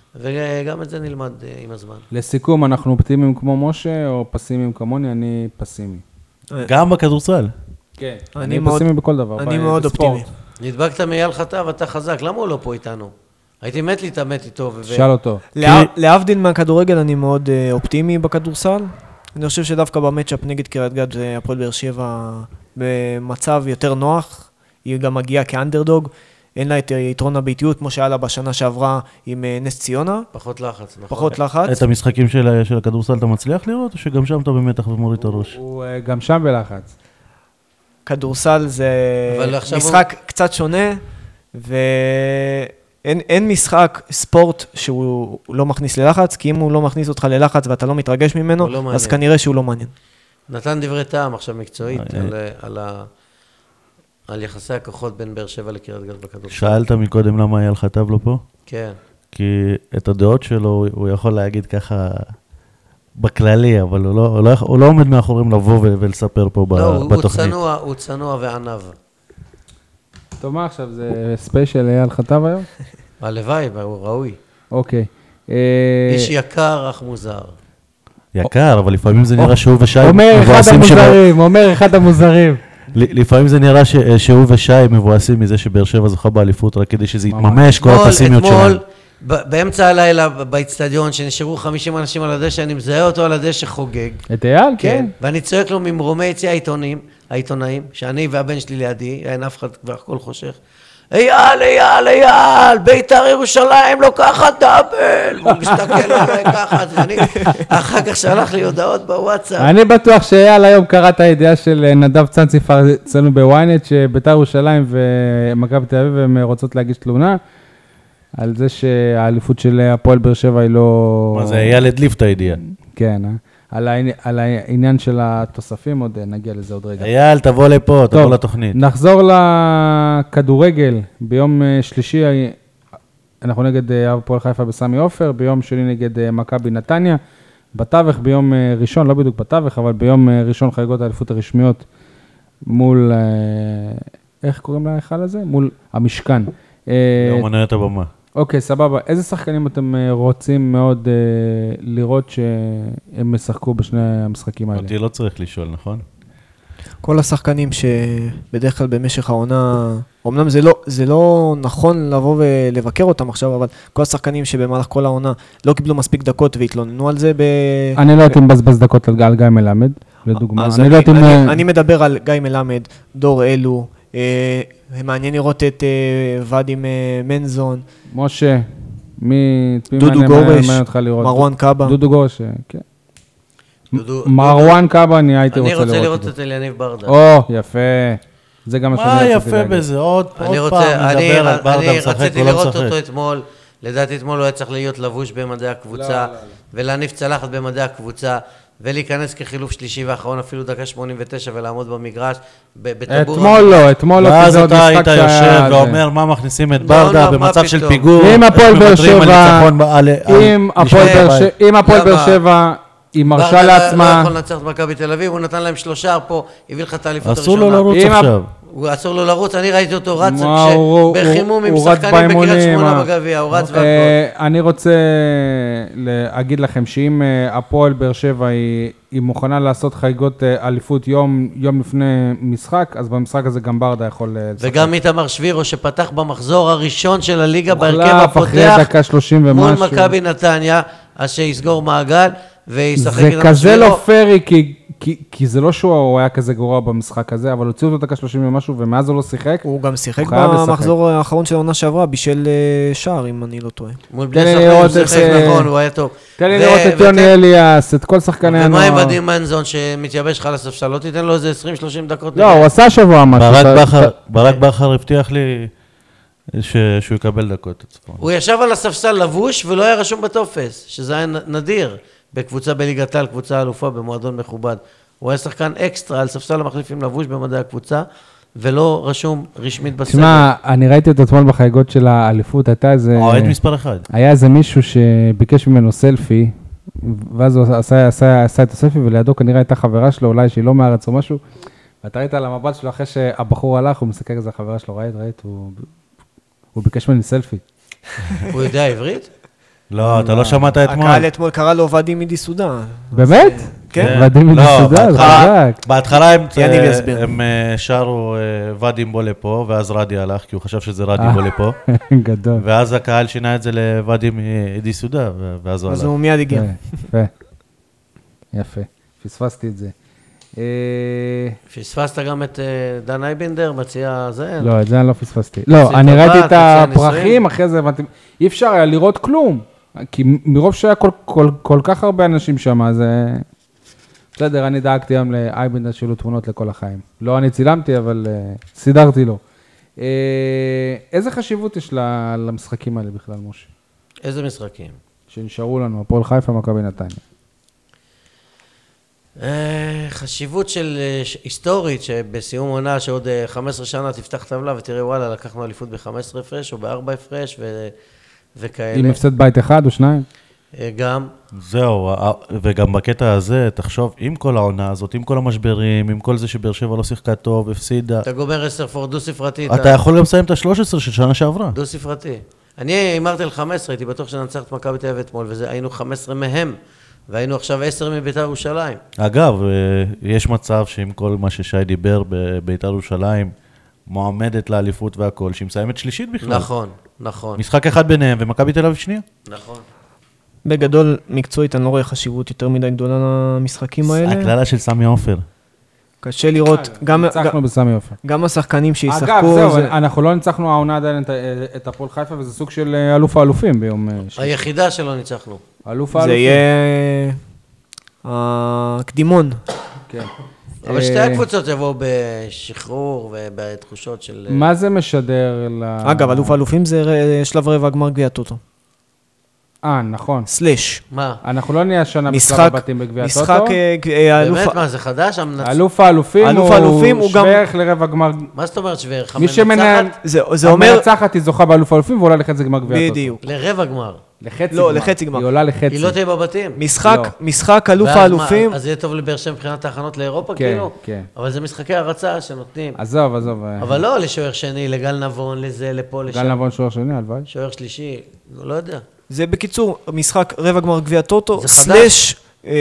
וגם את זה נלמד עם הזמן. לסיכום, אנחנו אופטימיים כמו משה, או פסימיים כמוני? אני פסימי. גם בכדורסל. כן. אני פסימי בכל דבר. אני מאוד אופטימי. נדבקת מאייל חטב, אתה חזק, למה הוא לא פה איתנו? הייתי מת להתאמת איתו. שאל אותו. להבדיל מהכדורגל, אני מאוד אופטימי בכדורסל. אני חושב שדווקא במצ'אפ נגד קריית גת, הפועל באר שבע במצב יותר נוח. היא גם מגיעה כאנדרדוג. אין לה את יתרון הביתיות, כמו שהיה לה בשנה שעברה עם נס ציונה. פחות לחץ, נכון. פחות לחץ. את המשחקים של הכדורסל אתה מצליח לראות, או שגם שם אתה במתח ומוריד את הראש? הוא גם שם בלחץ. כדורסל זה משחק קצת שונה, ואין משחק ספורט שהוא לא מכניס ללחץ, כי אם הוא לא מכניס אותך ללחץ ואתה לא מתרגש ממנו, אז כנראה שהוא לא מעניין. נתן דברי טעם עכשיו מקצועית על יחסי הכוחות בין באר שבע לקריית גת בכדורסל. שאלת מקודם למה אייל חטב לו פה? כן. כי את הדעות שלו הוא יכול להגיד ככה בכללי, אבל הוא לא עומד מאחורים לבוא ולספר פה בתוכנית. לא, הוא צנוע וענב. טוב, מה עכשיו? זה ספיישל אייל חטב היום? הלוואי, הוא ראוי. אוקיי. איש יקר אך מוזר. יקר, אבל לפעמים זה נראה שהוא ושי אומר אחד המוזרים. לפעמים זה נראה שהוא ושי מבואסים מזה שבאר שבע זוכה באליפות, רק כדי שזה יתממש כל הפסימיות שלהם. אתמול, באמצע הלילה באצטדיון, שנשארו 50 אנשים על הדשא, אני מזהה אותו על הדשא חוגג. את אייל? כן. ואני צועק לו ממרומי יציע העיתונאים, שאני והבן שלי לידי, אין אף אחד כבר הכל חושך. אייל, בית"ר ירושלים לוקחת דאבל. הוא מסתכל עליי ככה, ואני אחר כך שלח לי הודעות בוואטסאפ. אני בטוח שאייל היום קרא את הידיעה של נדב צנציפר אצלנו בוויינט, שבית"ר ירושלים ומכבי תל אביב הם רוצות להגיש תלונה, על זה שהאליפות של הפועל באר שבע היא לא... מה זה, אייל הדליף את הידיעה. כן, על העניין של התוספים, עוד נגיע לזה עוד רגע. אייל, תבוא לפה, תבוא לתוכנית. נחזור לכדורגל. ביום שלישי אנחנו נגד הפועל חיפה בסמי עופר, ביום שני נגד מכבי נתניה, בתווך ביום ראשון, לא בדיוק בתווך, אבל ביום ראשון חגיגות האליפות הרשמיות מול, איך קוראים להיכל הזה? מול המשכן. לאומנויות הבמה. אוקיי, סבבה. איזה שחקנים אתם רוצים מאוד לראות שהם משחקו בשני המשחקים האלה? אותי לא צריך לשאול, נכון? כל השחקנים שבדרך כלל במשך העונה, אמנם זה לא נכון לבוא ולבקר אותם עכשיו, אבל כל השחקנים שבמהלך כל העונה לא קיבלו מספיק דקות והתלוננו על זה אני לא יודעת אם מבזבז דקות על גיא מלמד, לדוגמה. אז אני מדבר על גיא מלמד, דור אלו, מעניין לראות את ודים מנזון, משה, דודו גורש, מרואן מרואן קאבה. דודו גורש, כן. מרואן קאבה אני הייתי אני רוצה רוצה לראות. לראות את אליניב ברדה. או, יפה. זה גם מה שאני מה רציתי יפה להגיד. בזה? עוד אני פעם נדבר על ברדה אני משחק רציתי ולא לראות משחק. אותו אתמול, לדעתי אתמול הוא היה צריך להיות לבוש במדעי הקבוצה, ולהניף צלחת במדעי הקבוצה, ולהיכנס כחילוף שלישי ואחרון אפילו דקה 89 ולעמוד במגרש, בטבור. אתמול לא, ואז כי זה עוד אתה משחק היית שהיה... יושב ואומר מה מכניסים את לא, ברדה לא, במצב מה של פתאום? פיגור. אם הפועל באר ומוותרים על שבע- ניצחון אם הפועל באר למה? שבע היא מרשה ברדה לא לעצמה... יכול לנצח את מכבי תל אביב, הוא נתן להם 3 פה, הביא לך את האליפות אסור הראשונה. לו לרוץ אם עכשיו. הוא אסור לו לרוץ, אני ראיתי אותו רץ מה, בחימום עם הוא רץ שחקנים בקריית באימונים, שמונה בגביע, הוא רץ והכל. אני רוצה להגיד לכם שאם הפועל באר שבע היא מוכנה לעשות חגיגות אליפות יום לפני משחק, אז במשחק הזה גם ברדה יכול לשחק. וגם איתמר שבירו שפתח במחזור הראשון של הליגה בהרכב הוחלף אחרי הפותח דקה 30 מול ומשהו. מכבי נתניה, אז שיסגור מעגל וישחק זה איתמר כזה שבירו. לא פרי, כי זה לא שהוא היה כזה גרוע במשחק הזה, אבל הוציאו אותו דקה 30 ומשהו, ומאז הוא לא שיחק. הוא גם שיחק הוא חייב לשחק. במחזור האחרון של העונה שעברה, בשל שער, אם אני לא טועה. מול תן בני לי סכנין הוא לראות שיחק את, נכון, הוא היה טוב. תן לי לראות את יוני אליאס, את כל שחקני ומה עם הנוער. ודים מנזון שמתייבש לך לספסל? לא תיתן לו איזה 20-30 דקות? לא, הוא עשה שבוע משהו. ברק בכר הבטיח לי שהוא יקבל דקות. הצפון. הוא ישב על הספסל לבוש ולא היה רשום בטופס, שזה היה נדיר בקבוצה בליגת העל, קבוצה אלופה במועדון מכובד. הוא היה שחקן אקסטרה על ספסל המחליפים לבוש במדעי הקבוצה, ולא רשום רשמית בסדר. תשמע, אני ראיתי אותו אתמול בחגיגות של האליפות, אוהד מספר 1. היה איזה מישהו שביקש ממנו סלפי, ואז הוא עשה את הסלפי, ולידו כנראה הייתה חברה שלו, אולי שהיא לא מארץ או משהו, ואתה ראית על המבט שלו אחרי שהבחור הלך, הוא מסתכל כזה החברה שלו, ראית, הוא ביקש ממני סלפי. הוא יודע עברית? לא, אתה לא שמעת אתמול. הקהל אתמול קרא לו ודים מידי סודה. באמת? כן. ודים לא, מסודר, חזק. בהתחלה יניב יסביר. הם שרו ודים בוא לפה, ואז רדי הלך, כי הוא חשב שזה רדי בוא לפה. גדול. ואז הקהל שינה את זה לוודים אידי סודה, ואז הוא אז הלך. הוא מיד הגיע. יפה. יפה. פספסתי את זה. פספסת גם את דן אייבנדר, מציע זה? לא, את זה אני לא פספסתי. לא, אני ראיתי את הפרחים, אחרי זה הבנתי, אי אפשר היה לראות כלום, כי מרוב שהיה כל כך הרבה אנשים שם, אז בסדר, אני דאגתי היום לאייבנדר שיהיו לו תמונות לכל החיים. לא אני צילמתי, אבל סידרתי לו. איזה חשיבות יש למשחקים האלה בכלל, משה? איזה משחקים? שנשארו לנו, הפועל חיפה, מכבי נתניה. חשיבות של היסטורית, שבסיום עונה שעוד 15 שנה תפתח טבלה ותראה וואלה, לקחנו אליפות ב-15 הפרש או ב-4 הפרש וכאלה. עם הפסד בית אחד או שניים? גם. זהו, וגם בקטע הזה, תחשוב, עם כל העונה הזאת, עם כל המשברים, עם כל זה שבאר שבע לא שיחקה טוב, הפסידה, אתה גומר 10 פור דו ספרתי. אתה יכול גם לסיים את ה-13 של שנה שעברה. דו ספרתי. אני אמרתי על 15, הייתי בטוח שננצח את מכבי תל אביב אתמול, והיינו 15 מהם, והיינו עכשיו 10 מביתר ירושלים. אגב, יש מצב שעם כל מה ששי דיבר בביתר ירושלים, מועמדת לאליפות והכל, שהיא מסיימת שלישית בכלל. נכון, נכון, משחק אחד ביניהם, ומכבי תל אביב שנייה. נכון. בגדול, מקצועית, אני לא רואה חשיבות יותר מדי גדולה למשחקים האלה. הכללה של סמי עופר. קשה לראות, ניצחנו בסמי עופר. גם השחקנים שישחקו. אגב, זהו, אנחנו לא ניצחנו העונה עדיין את הפועל חיפה, וזה סוג של אלוף האלופים ביום שלישי. היחידה שלא ניצחנו. אלוף זה האלופים. יהיה הקדימון. כן. אבל שתי הקבוצות יבואו בשחרור ובתחושות של... מה זה משדר ל... אגב, אלוף האלופים זה שלב רבע גמר גביע טוטו. נכון. סלש. מה? אנחנו לא נהיה השנה בשלב משחק, הבתים בגביע טוטו. משחק, באמת? מה, זה חדש? אלוף האלופים אלוף האלופים הוא הוא גם- שווה ערך לרבע גמר. מה זאת אומרת שווה ערך? מי שמנהל... המנצחת זה אומר... המנצחת היא זוכה באלוף האלופים, ואולי לחץ זה גמר גביע טוטו. בדיוק. לרבע גמר. לחצי לא, גמר. לחצי גמר. היא עולה לחצי. היא לא תהיה בבתים. משחק אלוף ואז מה, האלופים. אז יהיה טוב לבאר שבע מבחינת ההכנות לאירופה, כן, כאילו? כן. אבל זה משחקי הרצה שנותנים. עזוב. אבל לא לשוער שני, לגל נבון, לזה, לפה, לשם. גל נבון שוער שני, הלוואי. שוער שלישי, לא יודע. זה בקיצור, משחק רבע גמר גביע טוטו, זה סלש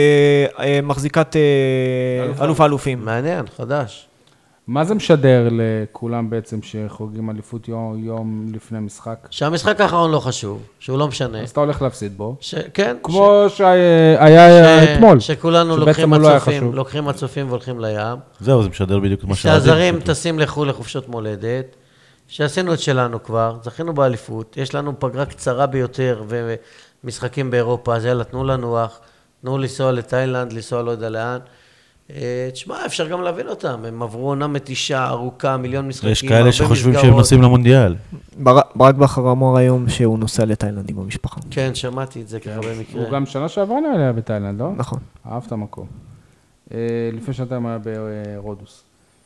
מחזיקת אלוף האלופים. מעניין, חדש. מה זה משדר לכולם בעצם שחוגגים אליפות יום לפני משחק? שהמשחק האחרון לא חשוב, שהוא לא משנה. אז אתה הולך להפסיד בו. כן. כמו שהיה אתמול. שכולנו שבעצם הוא לא היה חשוב. לוקחים מצופים והולכים לים. זהו, זה משדר בדיוק מה שהזרים טסים לחו"ל לחופשות מולדת. שעשינו את שלנו כבר, זכינו באליפות, יש לנו פגרה קצרה ביותר ומשחקים באירופה, אז יאללה, תנו לנוח, תנו לנסוע לתאילנד, לנסוע לא יודע לאן. תשמע, אפשר גם להבין אותם, הם עברו עונה מתישה, ארוכה, מיליון משחקים, יש כאלה שחושבים שהם נוסעים למונדיאל. ברק בכר אמר היום שהוא נוסע לתאילנד עם המשפחה. כן, שמעתי את זה ככה במקרה. הוא גם שנה שעברה היה בתאילנד, לא? נכון. אהב את המקום. לפני שנתיים היה ברודוס.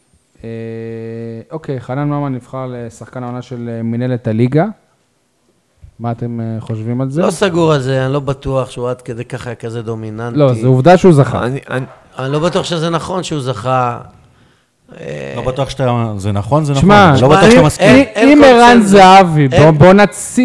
אוקיי, חנן ממן נבחר לשחקן העונה של מנהלת הליגה. מה אתם חושבים על זה? לא סגור על זה, אני לא בטוח שהוא עד כדי ככה כזה דומיננטי. לא, זו עובדה שהוא זכה. אני לא בטוח שזה נכון שהוא זכה. לא בטוח שזה נכון, זה נכון. שמע, לא בטוח שאתה מסכים. אם ערן זהבי, בעונת שיא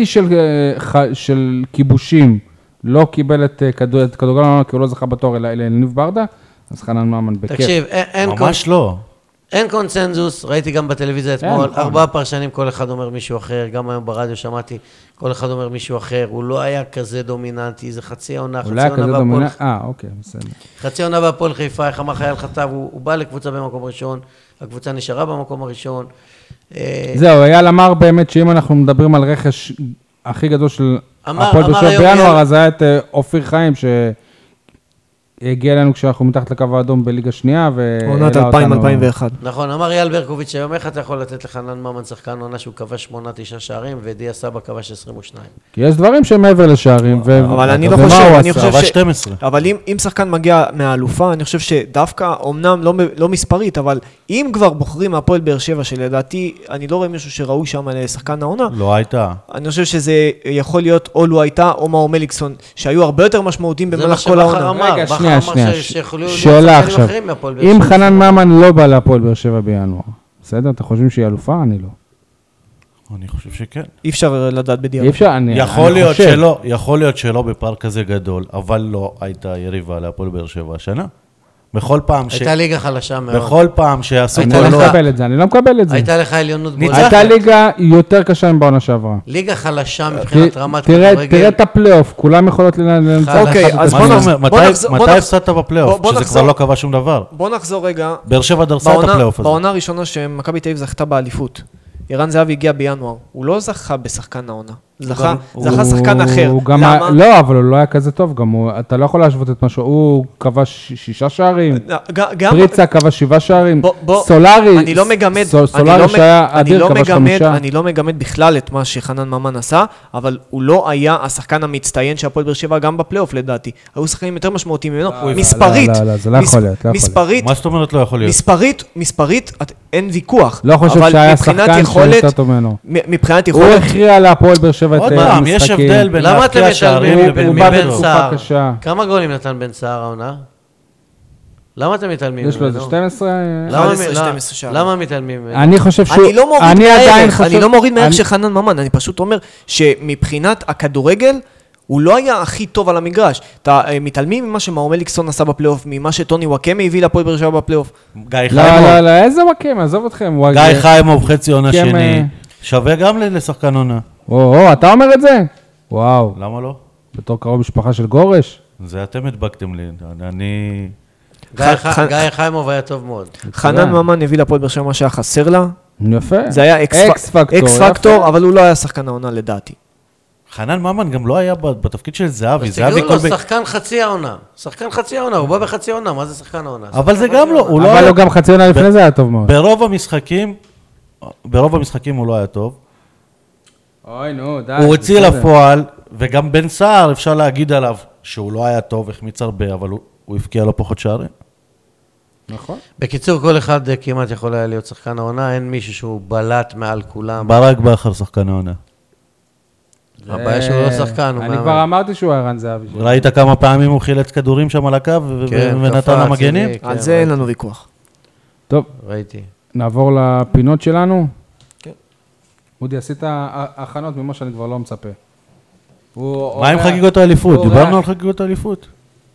של כיבושים, לא קיבל את כדורגל העונה כי הוא לא זכה בתואר אלא ניב ברדה, אז חנן ממן בכיף. תקשיב, ממש לא. אין קונצנזוס, ראיתי גם בטלוויזיה אתמול, 4 פרשנים, כל אחד אומר מישהו אחר, גם היום ברדיו שמעתי, כל אחד אומר מישהו אחר, הוא לא היה כזה דומיננטי, זה חצי עונה, אוקיי, בסדר. חצי עונה בהפועל חיפה, איך אמר חייל חטב, הוא בא לקבוצה במקום ראשון, הקבוצה נשארה במקום הראשון. זהו, אייל אמר באמת שאם אנחנו מדברים על רכש הכי גדול של הפועל באר שבע בינואר, אז היה את אופיר חיים הגיע אלינו כשאנחנו מתחת לקו האדום בליגה שנייה, עונת 2000-2001. נכון, אמר אייל ברקוביץ' היום, איך אתה יכול לתת לחנן ממן שחקן עונה שהוא כבש 8-9 שערים, ודיה סבא כבש 22. כי יש דברים שהם מעבר לשערים, אבל אני לא חושב, אבל אם שחקן מגיע מהאלופה, אני חושב שדווקא, אמנם לא מספרית, אבל אם כבר בוחרים מהפועל באר שבע, שלדעתי, אני לא רואה מישהו שראוי שם לשחקן העונה. לא הייתה. אני חושב שזה יכול להיות או לא הייתה, או מאור מליקסון, שהיו הרבה יותר משמעותיים במהלך כל העונה. שנייה, שאלה עכשיו, אם חנן ממן לא בא להפועל באר שבע בינואר, בסדר? אתם חושבים שהיא אלופה? אני לא. אני חושב שכן. אי אפשר לדעת בדיוק. יכול להיות שלא בפאר כזה גדול, אבל לא הייתה יריבה להפועל באר שבע השנה. בכל פעם הייתה ליגה חלשה מאוד. בכל פעם שעשו אני לא מקבל את זה. הייתה לך עליונות בולטת. הייתה ליגה יותר קשה מבעונה שעברה. ליגה חלשה מבחינת רמת כדורגל. תראה את הפלייאוף, כולם יכולות לנצח. אוקיי, אז מתי הפסדת בפלייאוף? שזה כבר לא קבע שום דבר. בוא נחזור רגע. באר שבע דרסה את הפלייאוף הזה. בעונה הראשונה שמכבי תל אביב זכתה באליפות. ערן זהבי הגיע בינואר, הוא לא זכה בשחקן העונה, זכה שחקן אחר. למה? לא, אבל הוא לא היה כזה טוב, גם אתה לא יכול להשוות את משהו, הוא כבש 6 שערים, פריצה כבש 7 שערים, סולארי, אני לא מגמד, שהיה אדיר כבש 5. אני לא מגמד בכלל את מה שחנן ממן עשה, אבל הוא לא היה השחקן המצטיין שהפועל באר שבע גם בפלייאוף לדעתי, היו שחקנים יותר משמעותיים ממנו, מספרית, זה לא יכול להיות, מה זאת אומרת לא יכול להיות? מספרית, אין ויכוח, לא חושב שהיה שחקן שיותר טוב ממנו. מבחינת יכולת, הוא הכריע להפועל באר שבע את המשחקים. עוד פעם, יש הבדל בין להפקיע שערים לבין בן סער. כמה גולים נתן בן סער העונה? למה אתם מתעלמים ממנו? יש לו איזה 12? 12 שערים. למה מתעלמים ממנו? אני חושב שהוא... אני לא מוריד מערך של חנן ממן, אני פשוט אומר שמבחינת הכדורגל, הוא לא היה הכי טוב על המגרש. אתה מתעלמים ממה שמאור מליקסון עשה בפלייאוף, ממה שטוני וואקמה הביא לפועל באר שבע בפלייאוף. גיא חיימוב. לא, איזה וואקמה, עזוב אתכם. גיא חיימוב, חצי עונה שני. שווה גם לשחקן עונה. אתה אומר את זה? וואו. למה לא? בתור קרוב משפחה של גורש? זה אתם הדבקתם לי. אני... גיא חיימוב היה טוב מאוד. חנן ממן הביא לפועל באר שבע מה שהיה חסר לה. יפה. זה היה אקס פקטור, אבל הוא לא היה שחקן העונה לדעתי. חנן ממן גם לא היה בתפקיד של זהבי. אז תגידו לו, שחקן חצי העונה. שחקן חצי העונה, הוא בא בחצי העונה, מה זה שחקן העונה? אבל זה גם לא, אבל הוא גם חצי עונה לפני זה היה טוב מאוד. ברוב המשחקים הוא לא היה טוב. אוי, נו, די. הוא הוציא לפועל, וגם בן סער אפשר להגיד עליו שהוא לא היה טוב, החמיץ הרבה, אבל הוא הפקיע לו פחות שערים. נכון. בקיצור, כל אחד כמעט יכול היה להיות שחקן העונה, אין מישהו שהוא בלט מעל כולם. ברק בכר שחקן העונה. הבעיה שהוא לא שחקן, הוא אני מאמן. כבר אמרתי שהוא ערן זהבי. ראית כמה פעמים הוא חילץ כדורים שם על הקו כן, ונתן קפץ, למגנים? אני- על כן, זה אין לנו ויכוח. טוב, ראיתי. נעבור לפינות שלנו. כן. אודי, עשית הכנות ממה שאני כבר לא מצפה. מה עם חגיגות האליפות? הוא דיברנו אורח. על חגיגות האליפות.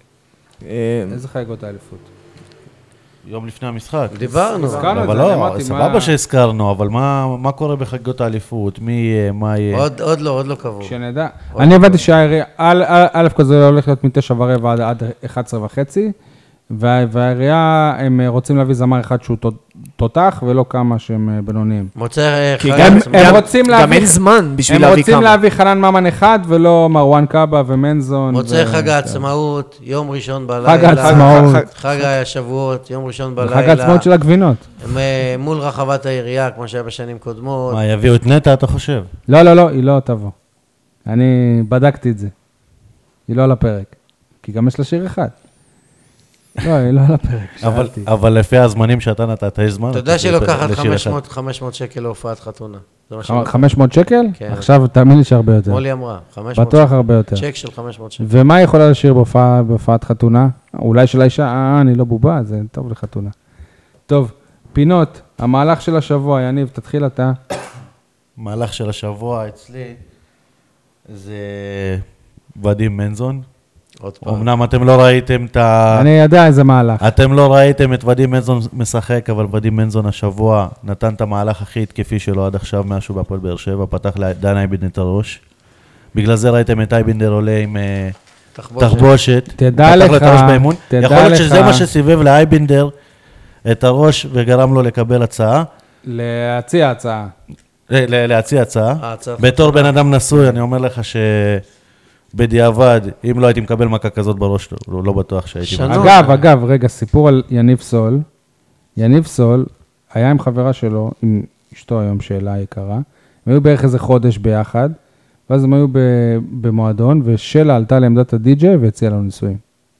איזה חגיגות האליפות? יום לפני המשחק. דיברנו. הזכרנו את אבל זה, אני לא, אמרתי, סבבה מה- שהזכרנו, אבל מה קורה בחגיגות האליפות? מי יהיה, מה יהיה? עוד לא קבעו. שנדע. אני הבנתי שהעירייה, א' כזה הולך להיות מ-9:15 עד 11:30, והעירייה, הם רוצים להביא זמר אחד שהוא תותח, ולא כמה שהם בינוניים. מוצא כי חג גם- עצמאות. הם רוצים גם להביא... אין זמן בשביל הם להביא רוצים כמה. להביא חנן ממן אחד, ולא מרואן קאבה ומנזון. מוצא חג העצמאות, יום ראשון בלילה. חג העצמאות. חג השבועות, יום ראשון בלילה. חג העצמאות של הגבינות. הם, מול רחבת העירייה, כמו שהיה בשנים קודמות. מה, יביאו את נטע, אתה חושב? לא, היא לא תבוא. אני בדקתי את זה. היא לא על הפרק. כי גם יש לה שיר אחד. לא, היא לא על הפרק. שאלתי. אבל לפי הזמנים שאתה נתת, יש זמן. אתה יודע שהיא לוקחת לשיר אחד. 500 שקל להופעת חתונה. זה מה שהיא לוקחת. 500 שקל? כן. עכשיו תאמין לי שהרבה יותר. מולי אמרה, 500 בטוח הרבה יותר. צ'ק של 500 שקל. ומה היא יכולה לשיר בהופעת חתונה? אולי של האישה, אני לא בובה, זה טוב לחתונה. טוב, פינות, המהלך של השבוע, יניב, תתחיל אתה. מהלך של השבוע אצלי זה ודים מנזון. עוד פעם. אמנם אתם לא ראיתם את ה... אני יודע איזה מהלך. אתם לא ראיתם את ודים מנזון משחק, אבל ודים מנזון השבוע נתן את המהלך הכי התקפי שלו עד עכשיו מאז שהוא בהפועל באר שבע, פתח לדן אייבינדר את הראש. בגלל זה ראיתם את אייבינדר עולה עם תחבושת. תדע פתח לו לך, את הראש באימון. תדע יכול להיות לך. שזה מה שסיבב לאייבינדר את הראש וגרם לו לקבל הצעה, להציע הצעה. להציע הצעה. ההצעה בתור בן אדם נשוי, אני אומר לך שבדיעבד, אם לא הייתי מקבל מכה כזאת בראש, לא בטוח שהייתי... שנו. אגב, רגע, סיפור על יניב סול. יניב סול היה עם חברה שלו, עם אשתו היום, שאלה יקרה. הם היו בערך איזה חודש ביחד, ואז הם היו במועדון, ושלה עלתה לעמדת הדי-ג'יי והציעה לנו נישואים.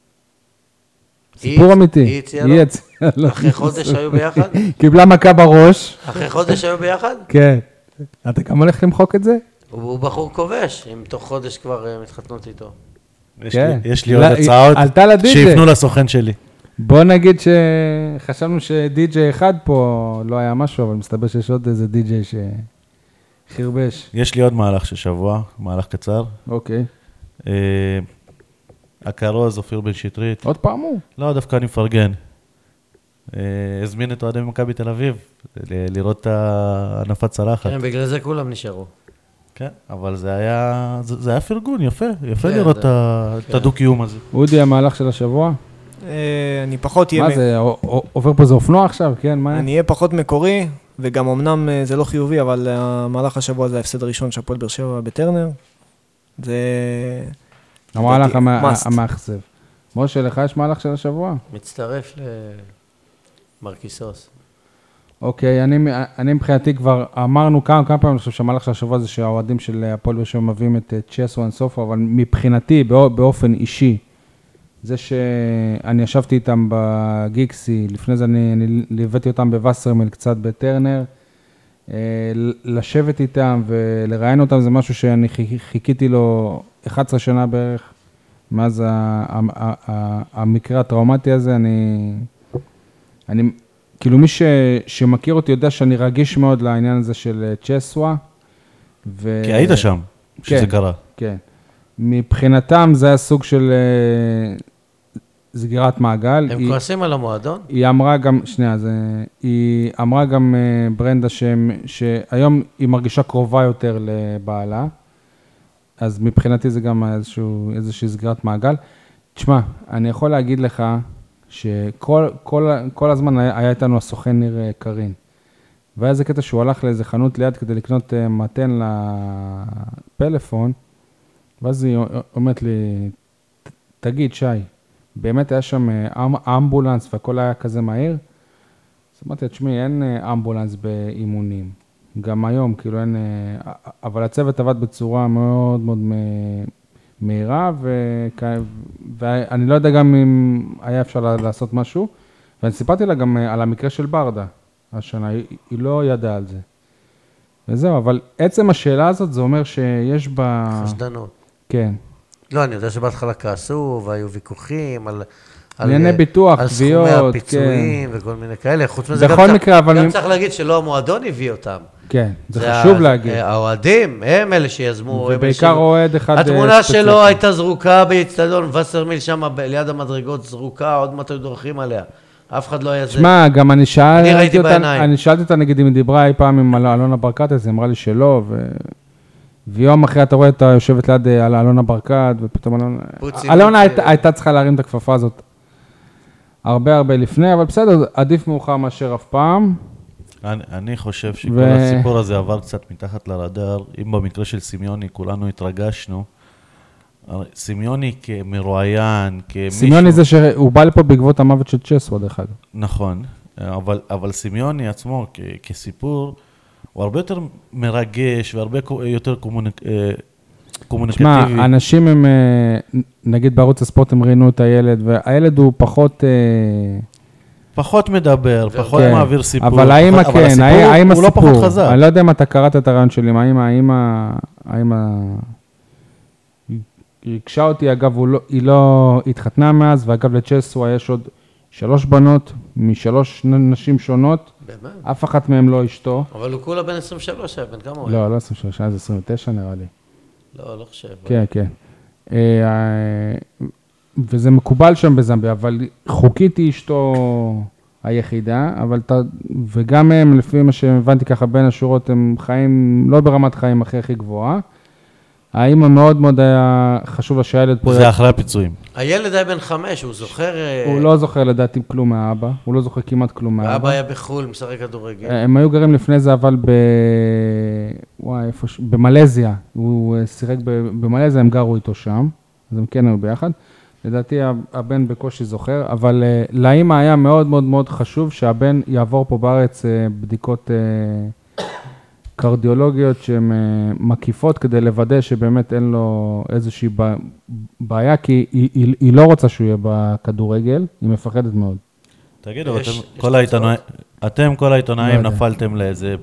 סיפור אמיתי. היא הציעה לו? לו. אחרי חודש היו ביחד? קיבלה מכה בראש. אחרי חודש היו ביחד? כן. אתה גם הולך למחוק את זה? הוא בחור כובש, אם תוך חודש כבר מתחתנות איתו. יש לי עוד הצעות עלתה לדי-ג'יי. שיפנו לסוכן שלי. בוא נגיד שחשבנו שדי-ג'יי אחד פה לא היה משהו, אבל מסתבר שיש עוד איזה די-ג'יי שחרבש. יש לי עוד מהלך של שבוע, מהלך קצר. אוקיי. הכרוז, אופיר בן שטרית. עוד פעם הוא. לא, דווקא אני מפרגן. הזמין את אוהדי מכבי תל אביב לראות את הנפת צלחת. כן, בגלל זה כולם נשארו. כן, אבל זה היה פרגון, יפה כן, לראות זה- את הדו-קיום הזה. אודי, המהלך של השבוע? אני פחות אהיה... מה זה, עובר פה איזה אופנוע עכשיו? כן, מה? אני אהיה פחות מקורי, וגם אמנם זה לא חיובי, אבל המהלך השבוע זה ההפסד הראשון של הפועל באר שבע בטרנר. זה... המהלך לדעתי, must. המאכזב. משה, לך יש מהלך של השבוע? מצטרף למרקיסוס. אוקיי, אני מבחינתי כבר אמרנו כמה פעמים, אני חושב שהמהלך של השבוע זה שהאוהדים של הפועל באר שבע מביאים את צ'סו אנסופו, אבל מבחינתי, באופן אישי, זה שאני ישבתי איתם בגיקסי, לפני זה אני ליוויתי אותם בווסרמיל, קצת בטרנר, לשבת איתם ולראיין אותם, זה משהו שאני חיכיתי לו 11 שנה בערך, מאז המקרה הטראומטי הזה, אני כאילו מי שמכיר אותי יודע שאני רגיש מאוד לעניין הזה של צ'סווה. כי היית שם, שזה כן. קרה. כן. מבחינתם זה היה סוג של סגירת מעגל. הם כועסים על המועדון? היא אמרה גם, שנייה, היא אמרה גם ברנדה שהיום היא מרגישה קרובה יותר לבעלה, אז מבחינתי זה גם איזושהי סגירת מעגל. תשמע, אני יכול להגיד לך שכל הזמן היה איתנו הסוכן ניר קרין, והיה זה קטע שהוא הלך לאיזה חנות ליד כדי לקנות מתן לפלאפון, ואז היא אומרת לי, תגיד שי, באמת היה שם אמבולנס והכל היה כזה מהיר? אז אמרתי, תשמעי, אין אמבולנס באימונים. גם היום, כאילו אין... אבל הצוות עבד בצורה מאוד מאוד מהירה, ואני לא יודע גם אם היה אפשר לעשות משהו. ואני סיפרתי לה גם על המקרה של ברדה השנה, היא לא ידעה על זה. וזהו, אבל עצם השאלה הזאת, זה אומר שיש בה... חשדנות. כן. לא, אני יודע שבהתחלה כעסו, והיו ויכוחים על... ענייני ביטוח, על תביעות, סכומי הפיצויים וכל מיני כאלה. חוץ מזה, בכל מקרה, אבל... גם צריך להגיד שלא המועדון הביא אותם. כן, זה חשוב להגיד. האוהדים, הם אלה שיזמו. ובעיקר אוהד אחד התמונה שלו הייתה זרוקה באצטדיון, וסרמיל שם ליד המדרגות זרוקה, עוד מעט היו דורכים עליה. אף אחד לא היה זה. שמע, גם אני שאלתי אותה, נגיד, אם היא דיברה אי פעם עם אלונה ברקת, אז היא אמרה לי שלא, ויום אחרי אתה רואה, אתה יושבת ליד אלונה ברקת, ופתאום אלונה הייתה צריכה להרים את הכפפה הזאת הרבה לפני, אבל בסדר, עדיף מאוחר מאשר אף פעם. אני חושב שכל הסיפור הזה עבר קצת מתחת לרדאר. אם במקרה של סמיוני כולנו התרגשנו, סמיוני כמרואיין, כמישהו... סמיוני זה שהוא בא לפה בעקבות המוות של צ'סו, דרך אגב. נכון, אבל סמיוני עצמו כסיפור, הוא הרבה יותר מרגש והרבה יותר קומוניקטיבי. שמע, אנשים הם, נגיד בערוץ הספורט הם ראינו את הילד, והילד הוא פחות מדבר, פחות מעביר סיפור. אבל האמא כן, האמא הוא לא פחות חזק. אני לא יודע אם אתה קראת את הרעיון שלי, האמא ריגשה אותי, אגב, היא לא התחתנה מאז, ואגב לצ'סו יש עוד 3 בנות מ3 נשים שונות. באמת? אף אחת מהן לא אשתו. אבל הוא כולה בן 23, בן כמה הוא? לא 23, זה 29 נראה לי. לא חושב. כן. וזה מקובל שם בזמביה, אבל חוקית היא אשתו היחידה, וגם הם, לפי מה שהבנתי ככה בין השורות, הם חיים, לא ברמת חיים הכי גבוהה. האמא מאוד מאוד היה חשוב לה שהילד פה... זה אחרי הפיצויים. הילד היה בן 5, הוא זוכר... הוא לא זוכר לדעתי כלום מהאבא, הוא לא זוכר כמעט כלום מהאבא. האבא היה בחול, משחק כדורגל. הם היו גרים לפני זה, אבל במלזיה, הוא שיחק במלזיה, הם גרו איתו שם, אז הם כן היו ביחד. לדעתי הבן בקושי זוכר, אבל לאמא היה מאוד מאוד מאוד חשוב שהבן יעבור פה בארץ בדיקות קרדיולוגיות שהן מקיפות, כדי לוודא שבאמת אין לו איזושהי בעיה, כי היא לא רוצה שהוא יהיה בכדורגל, היא מפחדת מאוד. תגידו, אתם כל העיתונאים נפלתם לאיזה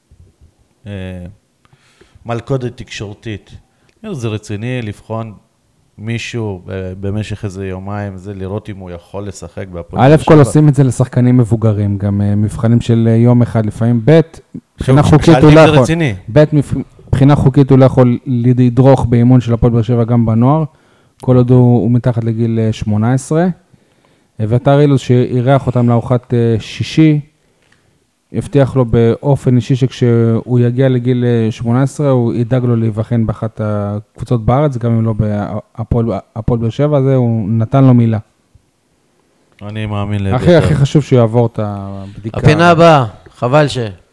מלכודת תקשורתית. זה רציני לבחון מישהו במשך איזה יומיים, זה לראות אם הוא יכול לשחק בהפועל. א' כל עושים את זה לשחקנים מבוגרים, גם מבחנים של יום אחד לפעמים. ב' מבחינה חוקית הוא לא יכול. ב' מבחינה חוקית הוא לא יכול לדרוך באימון של הפועל באר שבע גם בנוער, כל עוד הוא מתחת לגיל 18. ואתר אילוז שאירח אותם לארוחת שישי, הבטיח לו באופן אישי שכשהוא יגיע לגיל 18, הוא ידאג לו להיבחן באחת הקבוצות בארץ, גם אם לא בהפועל באר שבע הזה, הוא נתן לו מילה. אני מאמין הכי חשוב שהוא יעבור את הבדיקה. הפינה הבאה, חבל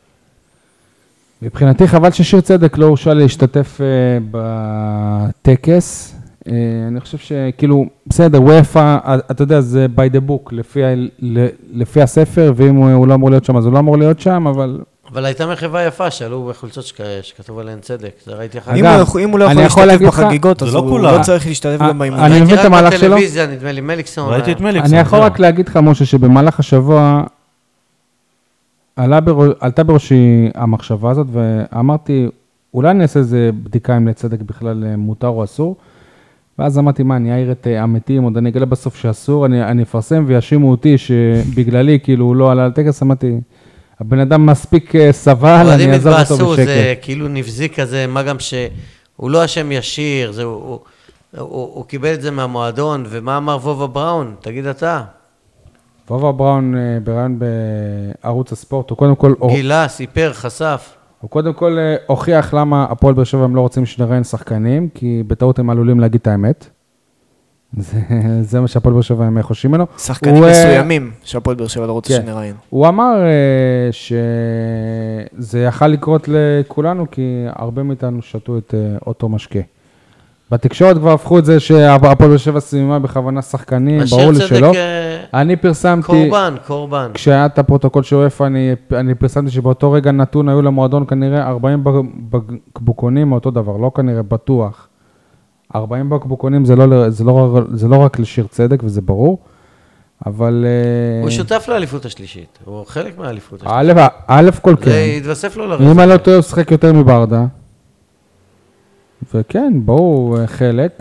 מבחינתי חבל ששיר צדק לא הורשה להשתתף בטקס. אני חושב שכאילו, בסדר, וופא, אתה יודע, זה by the book, לפי הספר, ואם הוא לא אמור להיות שם, אז הוא לא אמור להיות שם, אבל... אבל הייתה מחווה יפה, שעלו בחולצות שכתוב עליהן צדק, זה ראיתי אחר. אם הוא לא יכול להשתתף בחגיגות, אז הוא לא צריך להשתתף גם באימון. אני מבין את המהלך שלו. בטלוויזיה, נדמה לי מליקסון. ראיתי את מליקסון. אני יכול רק להגיד לך, משה, שבמהלך השבוע, עלתה בראשי המחשבה הזאת, ואמרתי, אולי אני אעשה איזה בדיקה אם לצדק בכלל מותר או אסור, ואז אמרתי, מה, אני אעיר את עמיתים, עוד אני אגלה בסוף שאסור, אני אפרסם וישימו אותי שבגללי, כאילו, הוא לא עלה לטקס, אמרתי, הבן אדם מספיק סבל, אני אעזוב אותו בשקט. זה כאילו נבזי כזה, מה גם שהוא לא אשם ישיר, הוא קיבל את זה מהמועדון, ומה אמר וובה בראון? תגיד אתה. וובה בראון ברעיון בערוץ הספורט, הוא קודם כל... גילה, סיפר, חשף. הוא קודם כל הוכיח למה הפועל באר שבע הם לא רוצים שנראיין שחקנים, כי בטעות הם עלולים להגיד את האמת. זה מה שהפועל באר שבע הם חושבים ממנו. שחקנים מסוימים שהפועל באר שבע לא רוצה שנראיין. הוא אמר שזה יכל לקרות לכולנו, כי הרבה מאיתנו שתו את אותו משקה. בתקשורת כבר הפכו את זה שהפועל באר שבע סיימה בכוונה שחקנים, ברור לי שלא. אני פרסמתי, קורבן. כשהיה את הפרוטוקול של וופא, אני פרסמתי שבאותו רגע נתון היו למועדון כנראה 40 בקבוקונים, אותו דבר, לא כנראה, בטוח. 40 בקבוקונים זה לא רק לשיר צדק, וזה ברור. אבל... הוא שותף לאליפות השלישית, הוא חלק מהאליפות השלישית. א' כל זה כן. יתווסף לו לרזומה. אם אני לא טועה, הוא שחק יותר מברדה. וכן, בואו חלק.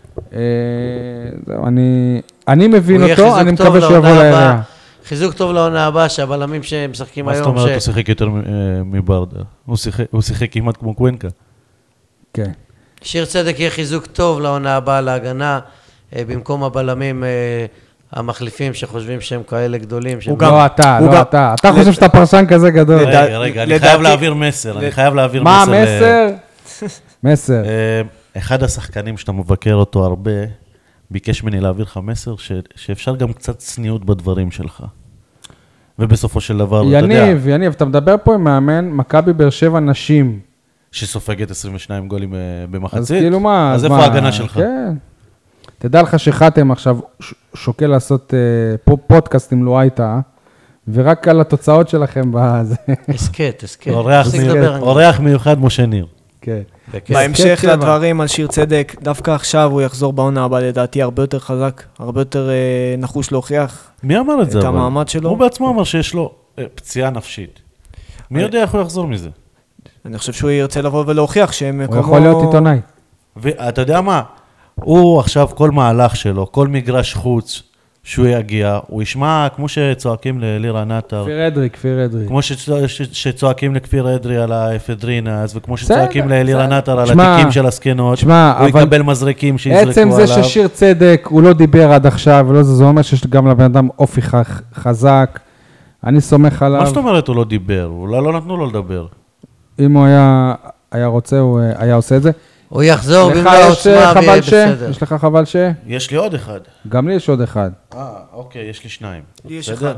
זהו, אני מבין אותו, אני מקווה שיבוא לעירייה. חיזוק טוב לעונה הבאה, שהבלמים שמשחקים מה היום... זאת אומרת, הוא שיחק יותר מברדה? הוא שיחק כמעט כמו קוונקה. כן. שיר צדק יהיה חיזוק טוב לעונה הבאה להגנה, במקום הבלמים המחליפים שחושבים שהם כאלה גדולים. לא אתה. אתה חושב שאתה פרשן כזה גדול. רגע, אני חייב להעביר מסר. מה המסר? מסר. אחד השחקנים שאתה מבקר אותו הרבה, ביקש ממני להעביר לך מסר, שאפשר גם קצת צניעות בדברים שלך. ובסופו של דבר, אתה יודע... יניב, אתה מדבר פה עם מאמן, מכבי באר שבע נשים. שסופגת 22 גולים במחצית. אז כאילו מה? אז איפה ההגנה שלך? כן. תדע לך שחתם עכשיו שוקל לעשות פודקאסט עם לואייטה, ורק על התוצאות שלכם בזה. הסקט. אורח מיוחד משה ניר. כן. בהמשך לדברים על שיר צדק, דווקא עכשיו הוא יחזור בעונה הבאה, לדעתי הרבה יותר חזק, הרבה יותר נחוש להוכיח מי אמר את זה? את המעמד שלו. הוא בעצמו אמר שיש לו פציעה נפשית. מי יודע איך הוא יחזור מזה? אני חושב שהוא ירצה לבוא ולהוכיח שהם הוא יכול להיות עיתונאי. ואתה יודע מה? הוא עכשיו כל מהלך שלו, כל מגרש חוץ שהוא יגיע, הוא ישמע כמו שצועקים ללירה נטר. כפיר אדרי. כמו שצועקים לכפיר אדרי על האפדרינה, וכמו שצועקים ללירה נטר על התיקים של הסקנות, הוא יקבל מזרקים שיזרקו עליו. עצם זה ששיר צדק, הוא לא דיבר עד עכשיו, זה אומר שיש גם לבן אדם אופי חזק, אני סומך עליו. מה זאת אומרת הוא לא דיבר? אולי לא נתנו לו לדבר. אם הוא היה רוצה, הוא היה עושה את זה. הוא יחזור במלוא העוצמה ויהיה בסדר. יש לך חבל ש? יש לי עוד אחד. גם לי יש עוד אחד. אוקיי, יש לי שניים. יש אחד.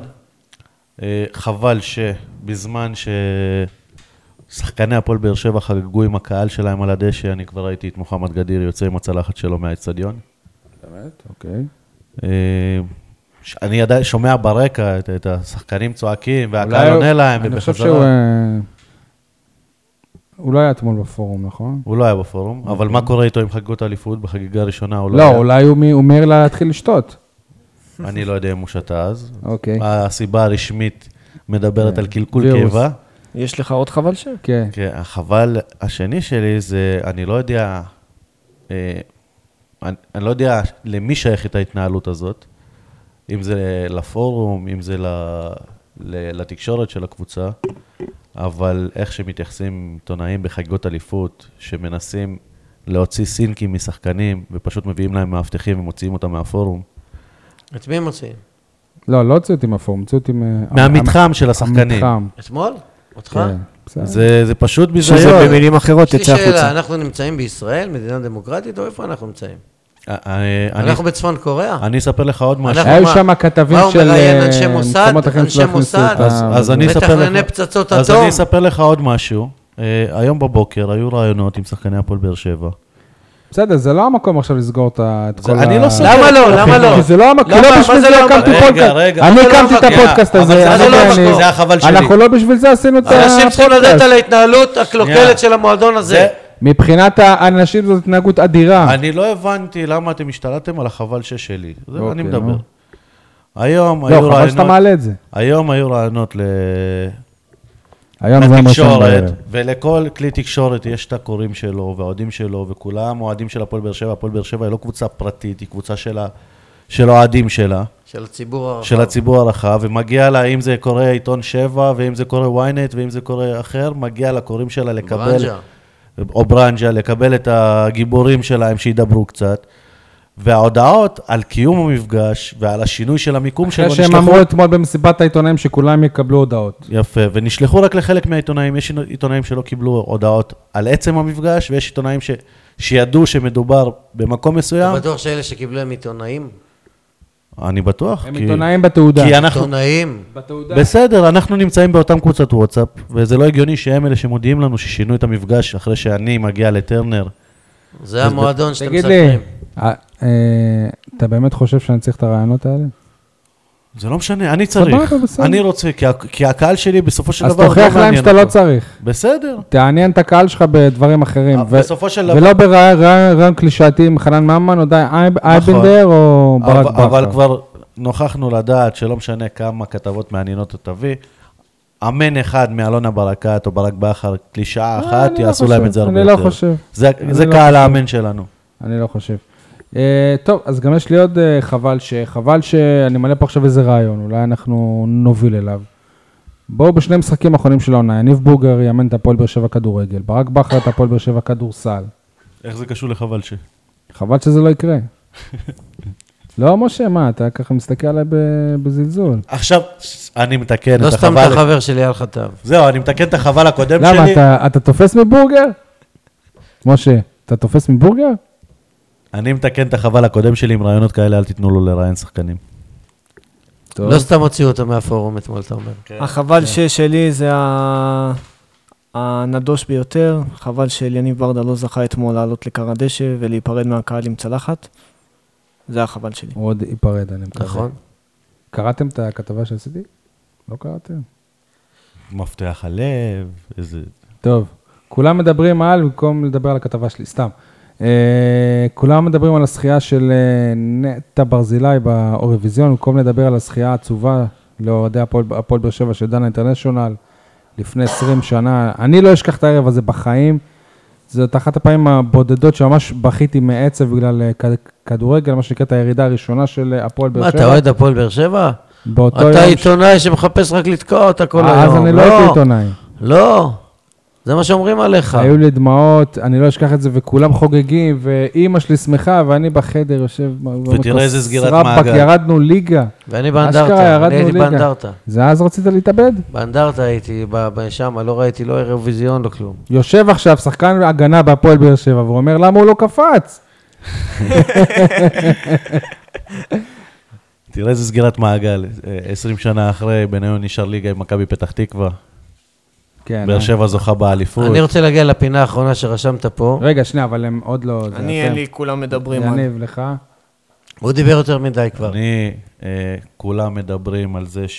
חבל שבזמן ששחקני הפועל באר שבע חגגו עם הקהל שלהם על הדשא, אני כבר ראיתי את מוחמד גדיר יוצא עם הצלחת שלו מהאצטדיון. באמת? אוקיי. אני עדיין שומע ברקע את השחקנים צועקים, והקהל עונה להם. אני חושב שהוא... הוא לא היה אתמול בפורום, נכון? הוא לא היה בפורום, אבל מה קורה איתו עם חגיגות האליפות בחגיגה הראשונה? לא, אולי הוא מהר להתחיל לשתות. אני לא יודע אם הוא שתה אז. אוקיי. הסיבה הרשמית מדברת על קלקול קיבה. יש לך עוד חבל ש? כן. החבל השני שלי זה, אני לא יודע למי שייך את ההתנהלות הזאת, אם זה לפורום, אם זה לתקשורת של הקבוצה, אבל איך שמתייחסים עיתונאים בחגיגות אליפות, שמנסים להוציא סינקים משחקנים, ופשוט מביאים להם מאבטחים ומוציאים אותם מהפורום. את מי הם מוציאים? לא הוציאו אותי מהפורום, הוציאו אותי מהמתחם של השחקנים. אתמול? אותך? זה פשוט ביזיון. שזה במילים אחרות יש לי תצא החוצה. שאלה, אנחנו נמצאים בישראל, מדינה דמוקרטית, או איפה אנחנו נמצאים? אנחנו בצפון קוריאה. אני אספר לך עוד משהו. היו שם כתבים של... מה הוא מראיין אנשי מוסד? אנשי מוסד? מתכנני פצצות אטום? אז אני אספר לך עוד משהו. היום בבוקר היו רעיונות עם שחקני הפועל באר שבע. בסדר, זה לא המקום עכשיו לסגור את כל ה... אני לא סוגר. למה לא? למה לא? כי זה לא המקום, לא בשביל זה הקמתי פודקאסט. אני הקמתי את הפודקאסט הזה. זה החבל שלי. אנחנו לא בשביל זה עשינו את הפודקאסט. אנשים צריכים לדעת על ההתנהלות הקלוקלת של המועדון הזה. מבחינת האנשים זאת התנהגות אדירה. אני לא הבנתי למה אתם השתלטתם על החבל שלי. זה מה אני מדבר. לא, חבל שאתה מעלה את זה. היום היו רעיונות לתקשורת, ולכל כלי תקשורת יש את הקוראים שלו והאוהדים שלו, וכולם אוהדים של הפועל באר שבע. הפועל באר שבע היא לא קבוצה פרטית, היא קבוצה של האוהדים שלה. של הציבור הרחב. של הציבור הרחב, ומגיע לה, אם זה קורא עיתון 7, ואם זה קורא וויינט, ואם זה קורא אחר, מגיע לקוראים שלה לקבל... ברנג'ה. או ברנג'ה, לקבל את הגיבורים שלהם שידברו קצת. וההודעות על קיום המפגש ועל השינוי של המיקום שלו אחרי שהם אמרו אתמול במסיבת העיתונאים שכולם יקבלו הודעות. יפה, ונשלחו רק לחלק מהעיתונאים. יש עיתונאים שלא קיבלו הודעות על עצם המפגש, ויש עיתונאים שידעו שמדובר במקום מסוים. אתה בטוח שאלה שקיבלו הם עיתונאים? אני בטוח. הם עיתונאים בתעודה. עיתונאים. בסדר, אנחנו נמצאים באותם קבוצת וואטסאפ, וזה לא הגיוני שהם אלה שמודיעים לנו ששינו את המפגש אחרי שאני מגיע לטרנר. זה המועדון שאתם תגיד מספרים. לי, אתה באמת חושב שאני צריך את הרעיונות האלה? זה לא משנה, אני צריך. אני רוצה, כי הקהל שלי בסופו של דבר... אז תוכיח להם שאתה לא צריך. בסדר. תעניין את הקהל שלך בדברים אחרים. בסופו של דבר... ולא ברעיון קלישאתי עם חנן ממן, או די אייבנדר, או ברק בכר. אבל כבר נוכחנו לדעת שלא משנה כמה כתבות מעניינות תביא, אמן אחד מאלונה ברקת או ברק בכר, קלישאה אחת, יעשו להם את זה הרבה יותר. אני לא חושב. זה קהל האמן שלנו. אני לא חושב. טוב, אז גם יש לי עוד חבל שאני מלא פה עכשיו איזה רעיון, אולי אנחנו נוביל אליו. בואו בשני משחקים האחרונים של העונה, יניב בורגר יאמן את הפועל באר שבע כדורגל, ברק בכר את הפועל באר שבע כדורסל. איך זה קשור לחבל ש? חבל שזה לא יקרה. לא, משה, מה, אתה ככה מסתכל עליי בזלזול. עכשיו, אני מתקן לא את סתם החבל. את החבר שלי על חטב. זהו, אני מתקן את החבל הקודם שלי. למה, אתה תופס מבורגר? משה, אתה תופס מבורגר? אני מתקן את החבל הקודם שלי עם רעיונות כאלה, אל תיתנו לו לראיין שחקנים. טוב. לא סתם הוציאו אותו מהפורום אתמול, אתה אומר. החבל שלי זה הנדוש ביותר, חבל שיניב ברדה לא זכה אתמול לעלות לקר הדשא ולהיפרד מהקהל עם צלחת. זה החבל שלי. הוא עוד ייפרד, אני מקווה. נכון. קראתם את הכתבה שעשיתי? לא קראתם. מפתח הלב, איזה... טוב, כולם מדברים במקום לדבר על הכתבה שלי, סתם. כולם מדברים על השחייה של נטע ברזילי באירוויזיון, במקום לדבר על השחייה העצובה לאוהדי הפועל באר שבע של דנה אינטרנשיונל לפני 20 שנה. אני לא אשכח את הערב הזה בחיים. זאת אחת הפעמים הבודדות שממש בכיתי מעצב בגלל כדורגל, מה שנקרא את הירידה הראשונה של הפועל באר מה, שבע. אתה אוהד הפועל באר שבע? באותו אתה יום עיתונאי שמחפש רק לתקוע אותה כל היום. אז אני לא הייתי עיתונאי. לא, זה מה שאומרים עליך. היו לי דמעות, אני לא אשכח את זה, וכולם חוגגים, ואימא שלי שמחה, ואני בחדר יושב... ותראה איזה סגירת רבק, מעגל. ירדנו ליגה. ואני אשכרה, באנדרטה, ירדנו אני הייתי ליגה. באנדרטה. זה אז רצית להתאבד? באנדרטה הייתי, שם, לא ראיתי לא אירוויזיון, לא כלום. יושב עכשיו שחקן הגנה בהפועל באר שבע, והוא אומר, למה הוא לא קפץ? תראה איזה סגירת מעגל. 20 שנה אחרי, בניון נשאר ליגה עם מכבי פתח תקווה. כן. באר שבע זוכה באליפות. אני רוצה להגיע לפינה האחרונה שרשמת פה. רגע, שנייה, אבל הם עוד לא... זה אני, אתם. אין לי, כולם מדברים על... יניב, לך? הוא דיבר יותר מדי כבר. כולם מדברים על זה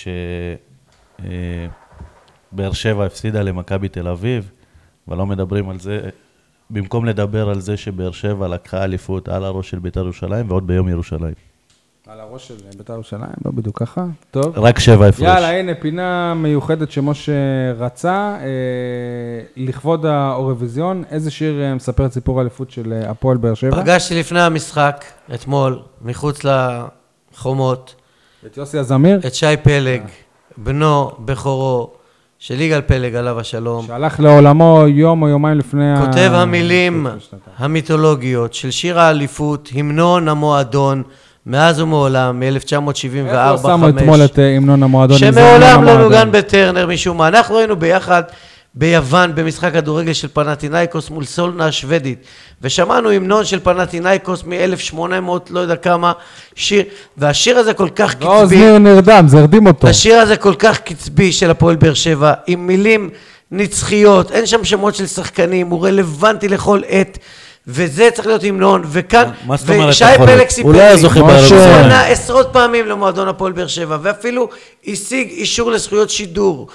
שבאר שבע הפסידה למכבי תל אביב, אבל לא מדברים על זה, במקום לדבר על זה שבאר שבע לקחה אליפות על הראש של בית"ר ירושלים, ועוד ביום ירושלים. על הראש של בית"ר ירושלים, לא בדיוק ככה. טוב. רק 7 הפרש. יאללה, הנה, פינה מיוחדת שמשה רצה, לכבוד האירוויזיון, איזה שיר מספר את סיפור האליפות של הפועל באר שבע? פגשתי לפני המשחק, אתמול, מחוץ לחומות, את יוסי הזמיר, את שי פלג, בנו, בכורו, של יגאל פלג עליו השלום. שהלך לעולמו יום או יומיים לפני כותב המילים המיתולוגיות של שיר האליפות, המנון המועדון, מאז ומעולם, מ-1974-5. איפה שמו אתמול את המנון המועדון? שמעולם לא נוגן בטרנר משום מה. אנחנו היינו ביחד ביוון במשחק כדורגל של פנתינייקוס מול סולנה השוודית, ושמענו המנון של פנתינייקוס מ-1800, לא יודע כמה, שיר, והשיר הזה כל כך קצבי. לא, זמיר נרדם, זה הרדים אותו. השיר הזה כל כך קצבי של הפועל באר שבע, עם מילים נצחיות, אין שם שמות של שחקנים, הוא רלוונטי לכל עת, וזה צריך להיות המנון, וכאן, מה זאת אומרת ושי יכול פלג להיות? סיפר הוא לא היה זוכה באירוויזיון. הוא פנה עשרות פעמים למועדון הפועל באר שבע, ואפילו השיג אישור לזכויות שידור,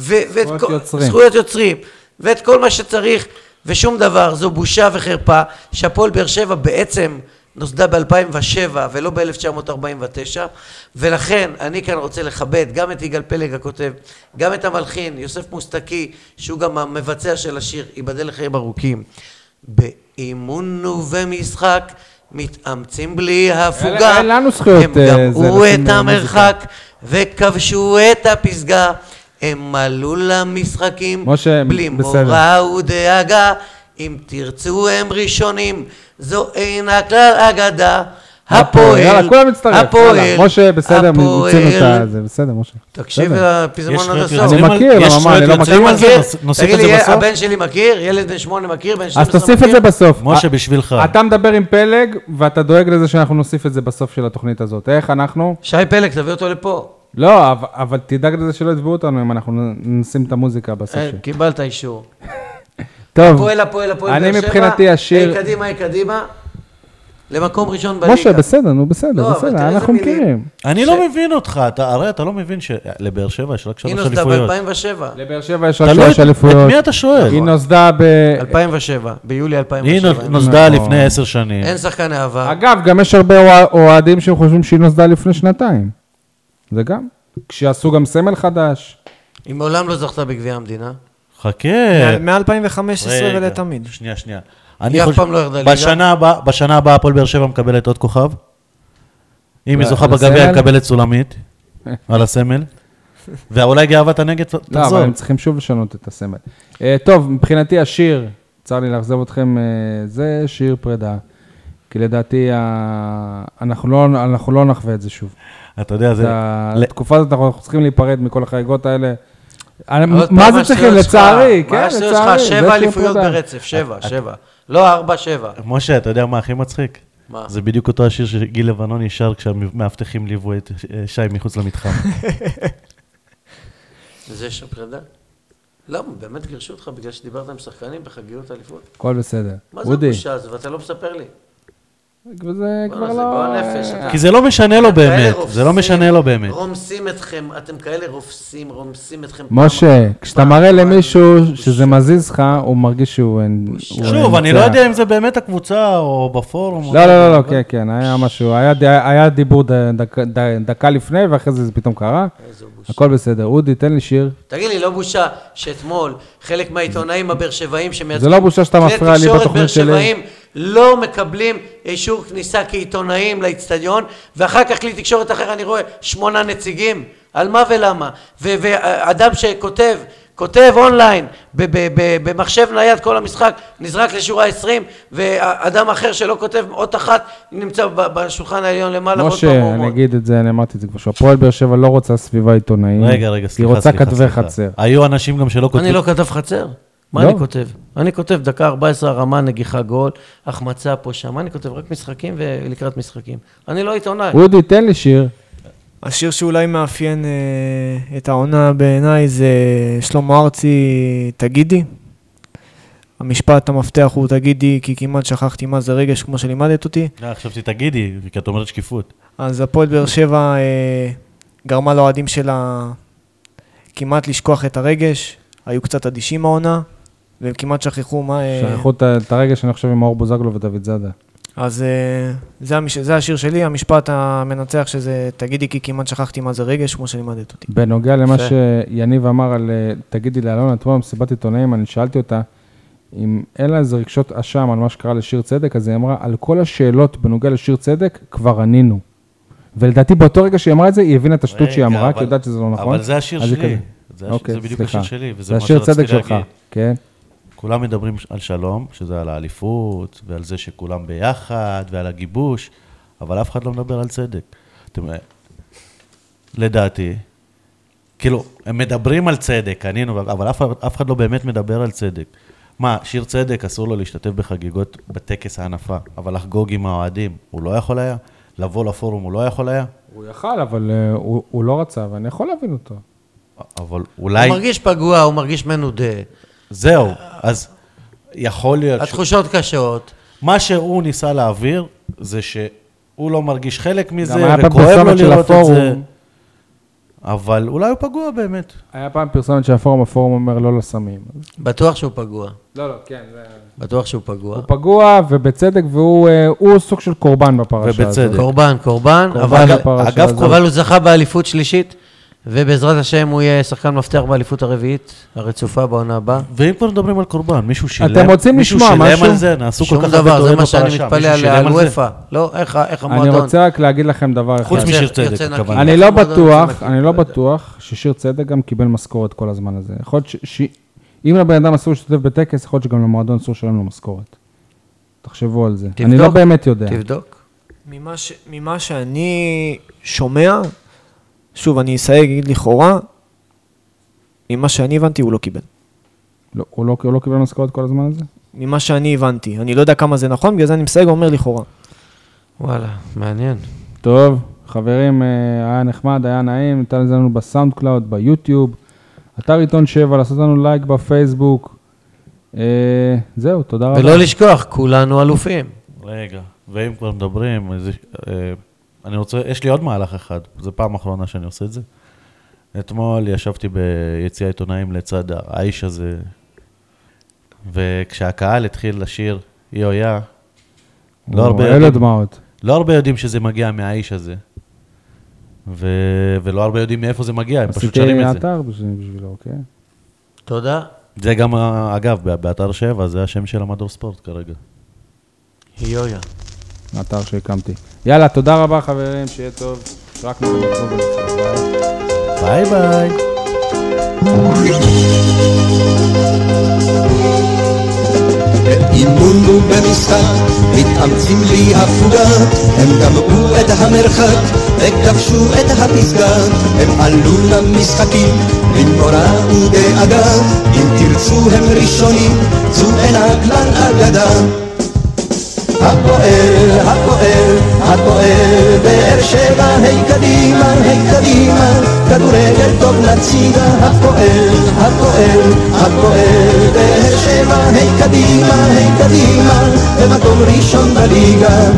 זכויות יוצרים, ואת כל מה שצריך, ושום דבר, זו בושה וחרפה, שהפועל באר שבע בעצם נוסדה ב-2007 ולא ב-1949, ולכן אני כאן רוצה לכבד גם את יגאל פלג הכותב, גם את המלחין, יוסף מוסטקי, שהוא גם המבצע של השיר, ייבדל לחיים ארוכים. באימון ובמשחק מתאמצים בלי הפוגה, אין לנו זכויות, הם גמרו את המרחק וכבשו את הפסגה, הם עלו למשחקים משה, בלי בסדר. מורא ודאגה, אם תרצו הם ראשונים, זו אינה כלל אגדה. הפועל, יאללה, כולם מצטרף. הפועל, יאללה, משה, בסדר, מיצינו הפועל. את זה, בסדר, משה. תקשיב בסדר. לפזמון עד יש הסוף. אני יוצרים מכיר, על- יש אבל מה, אני לא יוצרים מכיר. על זה, מכיר? נוסיף תגיד את זה לי, בסוף? הבן שלי מכיר? ילד בן 8 מכיר? בן 12 אז מכיר? תוסיף את זה בסוף. משה, בשבילך. אתה מדבר עם פלג, ואתה דואג לזה שאנחנו נוסיף את זה בסוף של התוכנית הזאת. איך אנחנו? שי פלג, תביא אותו לפה. לא, אבל תדאג לזה שלא יתבעו אותנו אם אנחנו נשים את המוזיקה בסוף של. קיבלת אישור. טוב, הפועל, אני מבחינתי השיר... קדימה. למקום ראשון בליגה. משה, בסדר, נו בסדר, לא, אבל בסדר, תראה אנחנו איזה מילים. מכירים. אני לא מבין אותך, הרי אתה לא מבין שלבאר שבע יש רק 3 היא נוסדה אליפויות. ב-2007. לבאר שבע יש רק תלוי 3 אליפויות. את מי אתה שואל? היא נוסדה 2007, ביולי היא 2007. נוסדה נכון. לפני 10 שנים. אין שחקן העבר. אגב, גם יש הרבה אוהדים שהם חושבים שהיא נוסדה לפני 2 זה גם. כשעשו גם סמל חדש. היא מעולם לא זכתה בגביע המדינה. חכה. מ-2015 רגע, ולתמיד. שנייה. היא אף פעם לא ירדה ליגה. בשנה הבאה הפועל באר שבע מקבלת עוד כוכב. אם היא זוכה על בגביע, היא הסמל? מקבלת סולמית על הסמל. ואולי גאוות הנגד לא, תחזור. אבל הם צריכים שוב לשנות את הסמל. טוב, מבחינתי השיר, צר לי לאכזב אתכם, זה שיר פרידה. כי לדעתי, אנחנו לא נחווה את זה שוב. אתה יודע, זה... התקופה הזאת אנחנו צריכים להיפרד מכל החגיגות האלה. עוד מה פעם, זה צריכים? לצערי, מה כן, השטויות לצערי. שלך? זה 7 שיר אליפויות פרידה. ברצף, 7. לא 4, 7. משה, אתה יודע מה הכי מצחיק? מה? זה בדיוק אותו השיר שגיל לבנוני שר כשהמאבטחים ליוו את שי מחוץ למתחם. זה שיר פרידה? לא, באמת גירשו אותך בגלל שדיברת עם שחקנים בחגיגות האליפות? הכל בסדר. מה זה אודי, הבושה הזו? ואתה לא מספר לי. זה כבר זה לא... גועל נפש. כי זה לא משנה לו אתם כאלה באמת, רופסים, זה לא משנה לו באמת. רומסים אתכם, אתם כאלה רומסים אתכם. משה, כשאתה מראה למישהו שזה מזיז לך, הוא מרגיש שהוא... שוב, אני לא יודע אם זה באמת הקבוצה או בפורום. לא, כן, היה משהו, היה דיבור דקה לפני, ואחרי זה פתאום קרה. איזו בושה. הכל בסדר. אודי, תן לי שיר. תגיד לי, לא בושה שאתמול חלק מהעיתונאים הבאר שבעים שמייצגים... זה לא בושה שאתה מפריע לי כלי תקשורת בתוכנית שלי. באר שבעים לא מקבלים אישור כניסה כעיתונאים לאצטדיון, ואחר כך כלי תקשורת אחר אני רואה 8 נציגים. על מה ולמה? ואדם כותב אונליין במחשב נייד כל המשחק, נזרק לשורה 20, ואדם אחר שלא כותב אות אחת נמצא בשולחן העליון למעלה. משה, אני אגיד את זה, אני אמרתי את זה כבר, שהפועל באר שבע לא רוצה סביבה עיתונאים. רגע, היא רוצה כתבי חצר. היו אנשים גם שלא כותבים. אני לא כתב חצר. מה לא? אני כותב? אני כותב דקה 14 הרמה, נגיחה גול, החמצה פה שם. מה אני כותב? רק משחקים ולקראת משחקים. אני לא עיתונאי. אודי, תן לי שיר. השיר שאולי מאפיין את העונה בעיניי זה שלמה ארצי, תגידי. המשפט המפתח הוא תגידי, כי כמעט שכחתי מה זה רגש, כמו שלימדת אותי. חשבתי תגידי, כי את אומרת שקיפות. אז הפועל באר שבע גרמה לאוהדים שלה כמעט לשכוח את הרגש, היו קצת אדישים העונה, והם כמעט שכחו מה... שכחו את הרגש, אני חושב, עם מאור בוזגלו ודוד זאדה. אז זה השיר שלי, המשפט המנצח שזה תגידי כי כמעט שכחתי מה זה רגש, כמו שלימדת אותי. בנוגע למה שיניב אמר על תגידי לאלונה, אתמול במסיבת עיתונאים, אני שאלתי אותה, אם אין לה איזה רגשות אשם על מה שקרה לשיר צדק, אז היא אמרה, על כל השאלות בנוגע לשיר צדק, כבר ענינו. ולדעתי באותו רגע שהיא אמרה את זה, היא הבינה את השטות שהיא אמרה, כי יודעת שזה לא נכון. אבל זה השיר שלי. זה בדיוק השיר שלי, וזה מה שרציתי להגיד. כן. כולם מדברים על שלום, שזה על האליפות, ועל זה שכולם ביחד, ועל הגיבוש, אבל אף אחד לא מדבר על צדק. לדעתי, כאילו, הם מדברים על צדק, אבל אף אחד לא באמת מדבר על צדק. מה, שיר צדק אסור לו להשתתף בחגיגות בטקס הענפה, אבל לחגוג עם האוהדים, הוא לא יכול היה? לבוא לפורום, הוא לא יכול היה? הוא יכל, אבל הוא לא רצה, ואני יכול להבין אותו. אבל אולי... הוא מרגיש פגוע, הוא מרגיש מנודה. זהו, אז יכול להיות... התחושות קשות. מה שהוא ניסה להעביר, זה שהוא לא מרגיש חלק מזה, גם היה פעם וכואב לו פרסומת של לראות את זה. הפורום. אבל אולי הוא פגוע באמת. היה פעם פרסומת של הפורום אומר לא לסמים. בטוח שהוא פגוע. לא, כן. בטוח שהוא פגוע. הוא פגוע, ובצדק, והוא סוג של קורבן בפרשה הזאת. ובצדק. קורבן, אבל הוא זכה באליפות שלישית, ובעזרת השם הוא יהיה שחקן מפתח באליפות הרביעית, הרצופה בעונה הבאה. ואם כבר מדברים על קורבן, מישהו שילם, אתם רוצים לשמוע משהו? על זה, נעשו כל שום כך דבר, הרבה זה תורים מה שאני בפרשה. מתפלא מישהו שילם על על זה? וופא. לא, איך המועדון. אני רוצה רק להגיד לכם דבר אחד. חוץ משיר צדק, יוצא נקי. הכוונה. אני לא בטוח ששיר צדק גם קיבל משכורת כל הזמן הזה. יכול להיות אם לבן אדם אסור להשתתף בטקס, יכול להיות שגם למועדון אסור לשלם לו משכורת. תחשבו על זה. אני לא באמת יודע. תבדוק. ממה שאני שומע, שוב, אני אסייג לכאורה, ממה שאני הבנתי, הוא לא קיבל. הוא לא קיבל משכורת כל הזמן הזה? ממה שאני הבנתי. אני לא יודע כמה זה נכון, בגלל זה אני מסייג ואומר לכאורה. וואלה, מעניין. טוב, חברים, היה נחמד, היה נעים, ניתן לזה לנו בסאונד קלאוד, ביוטיוב, אתר עיתון 7, לעשות לנו לייק בפייסבוק. זהו, תודה רבה. ולא לשכוח, כולנו אלופים. רגע, ואם כבר מדברים, אני רוצה, יש לי עוד מהלך אחד, זו פעם אחרונה שאני עושה את זה. אתמול ישבתי ביציע עיתונאים לצד האיש הזה, וכשהקהל התחיל לשיר יויה, לא הרבה יודעים שזה מגיע מהאיש הזה, ולא הרבה יודעים מאיפה זה מגיע, הם פשוט שרים את זה. עשיתי אתר בשבילו, אוקיי. תודה. זה גם, אגב, באתר 7, זה השם של המדור ספורט כרגע. יויה. האתר שהקמתי. יאללה, תודה רבה חברים, שיהיה טוב. רק נתנו ביי ביי. אימון ובמשחק מתאמצים לי הפוגה, הם גמרו את המרחק וכבשו את הפסגה, הם עלו למשחקים במורא ודאגה, אם תרצו הם ראשונים, זו אינה כלל אגדה. הפועל, הפועל, הפועל, באר שבע, היי קדימה, היי קדימה, כדורגל טוב נציגה. הפועל, הפועל, הפועל, באר שבע, היי קדימה, היי קדימה, במקום ראשון בליגה.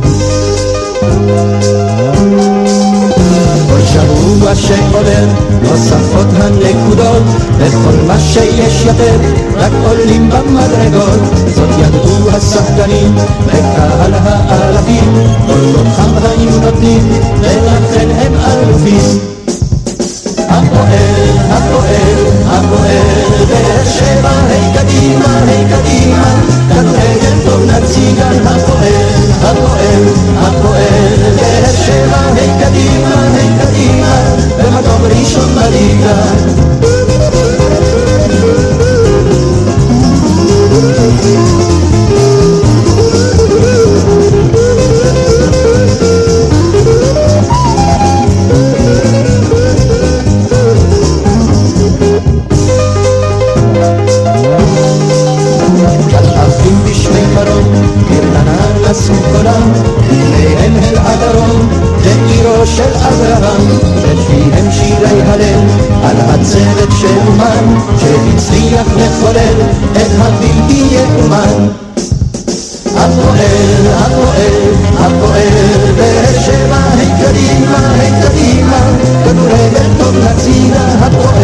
כל שבוע שעובר נוספות הנקודות, וכל מה שיש יותר רק עולים במדרגות. זאת ידעו השחקנים וקהל האלפים, כל כוחם היו נותנים ולכן הם אלופים. הפועל, הפועל, הפועל, באר שבע, היי קדימה, היי קדימה, כדורגל טוב נציגה. הפועל, הפועל, הפועל, באר שבע, היי קדימה, היי קדימה, במקום ראשון בליגה. עשו קולם, אליהם אל הדרום, לעירו של אברהם, שפיהם שירי הלל, על הצוות שאומן, שהצליח לחולל את הבלתי יאומן. הפועל, הפועל, הפועל, באר שבע, היי קדימה, היי קדימה, כדורגל טוב נציגה. הפועל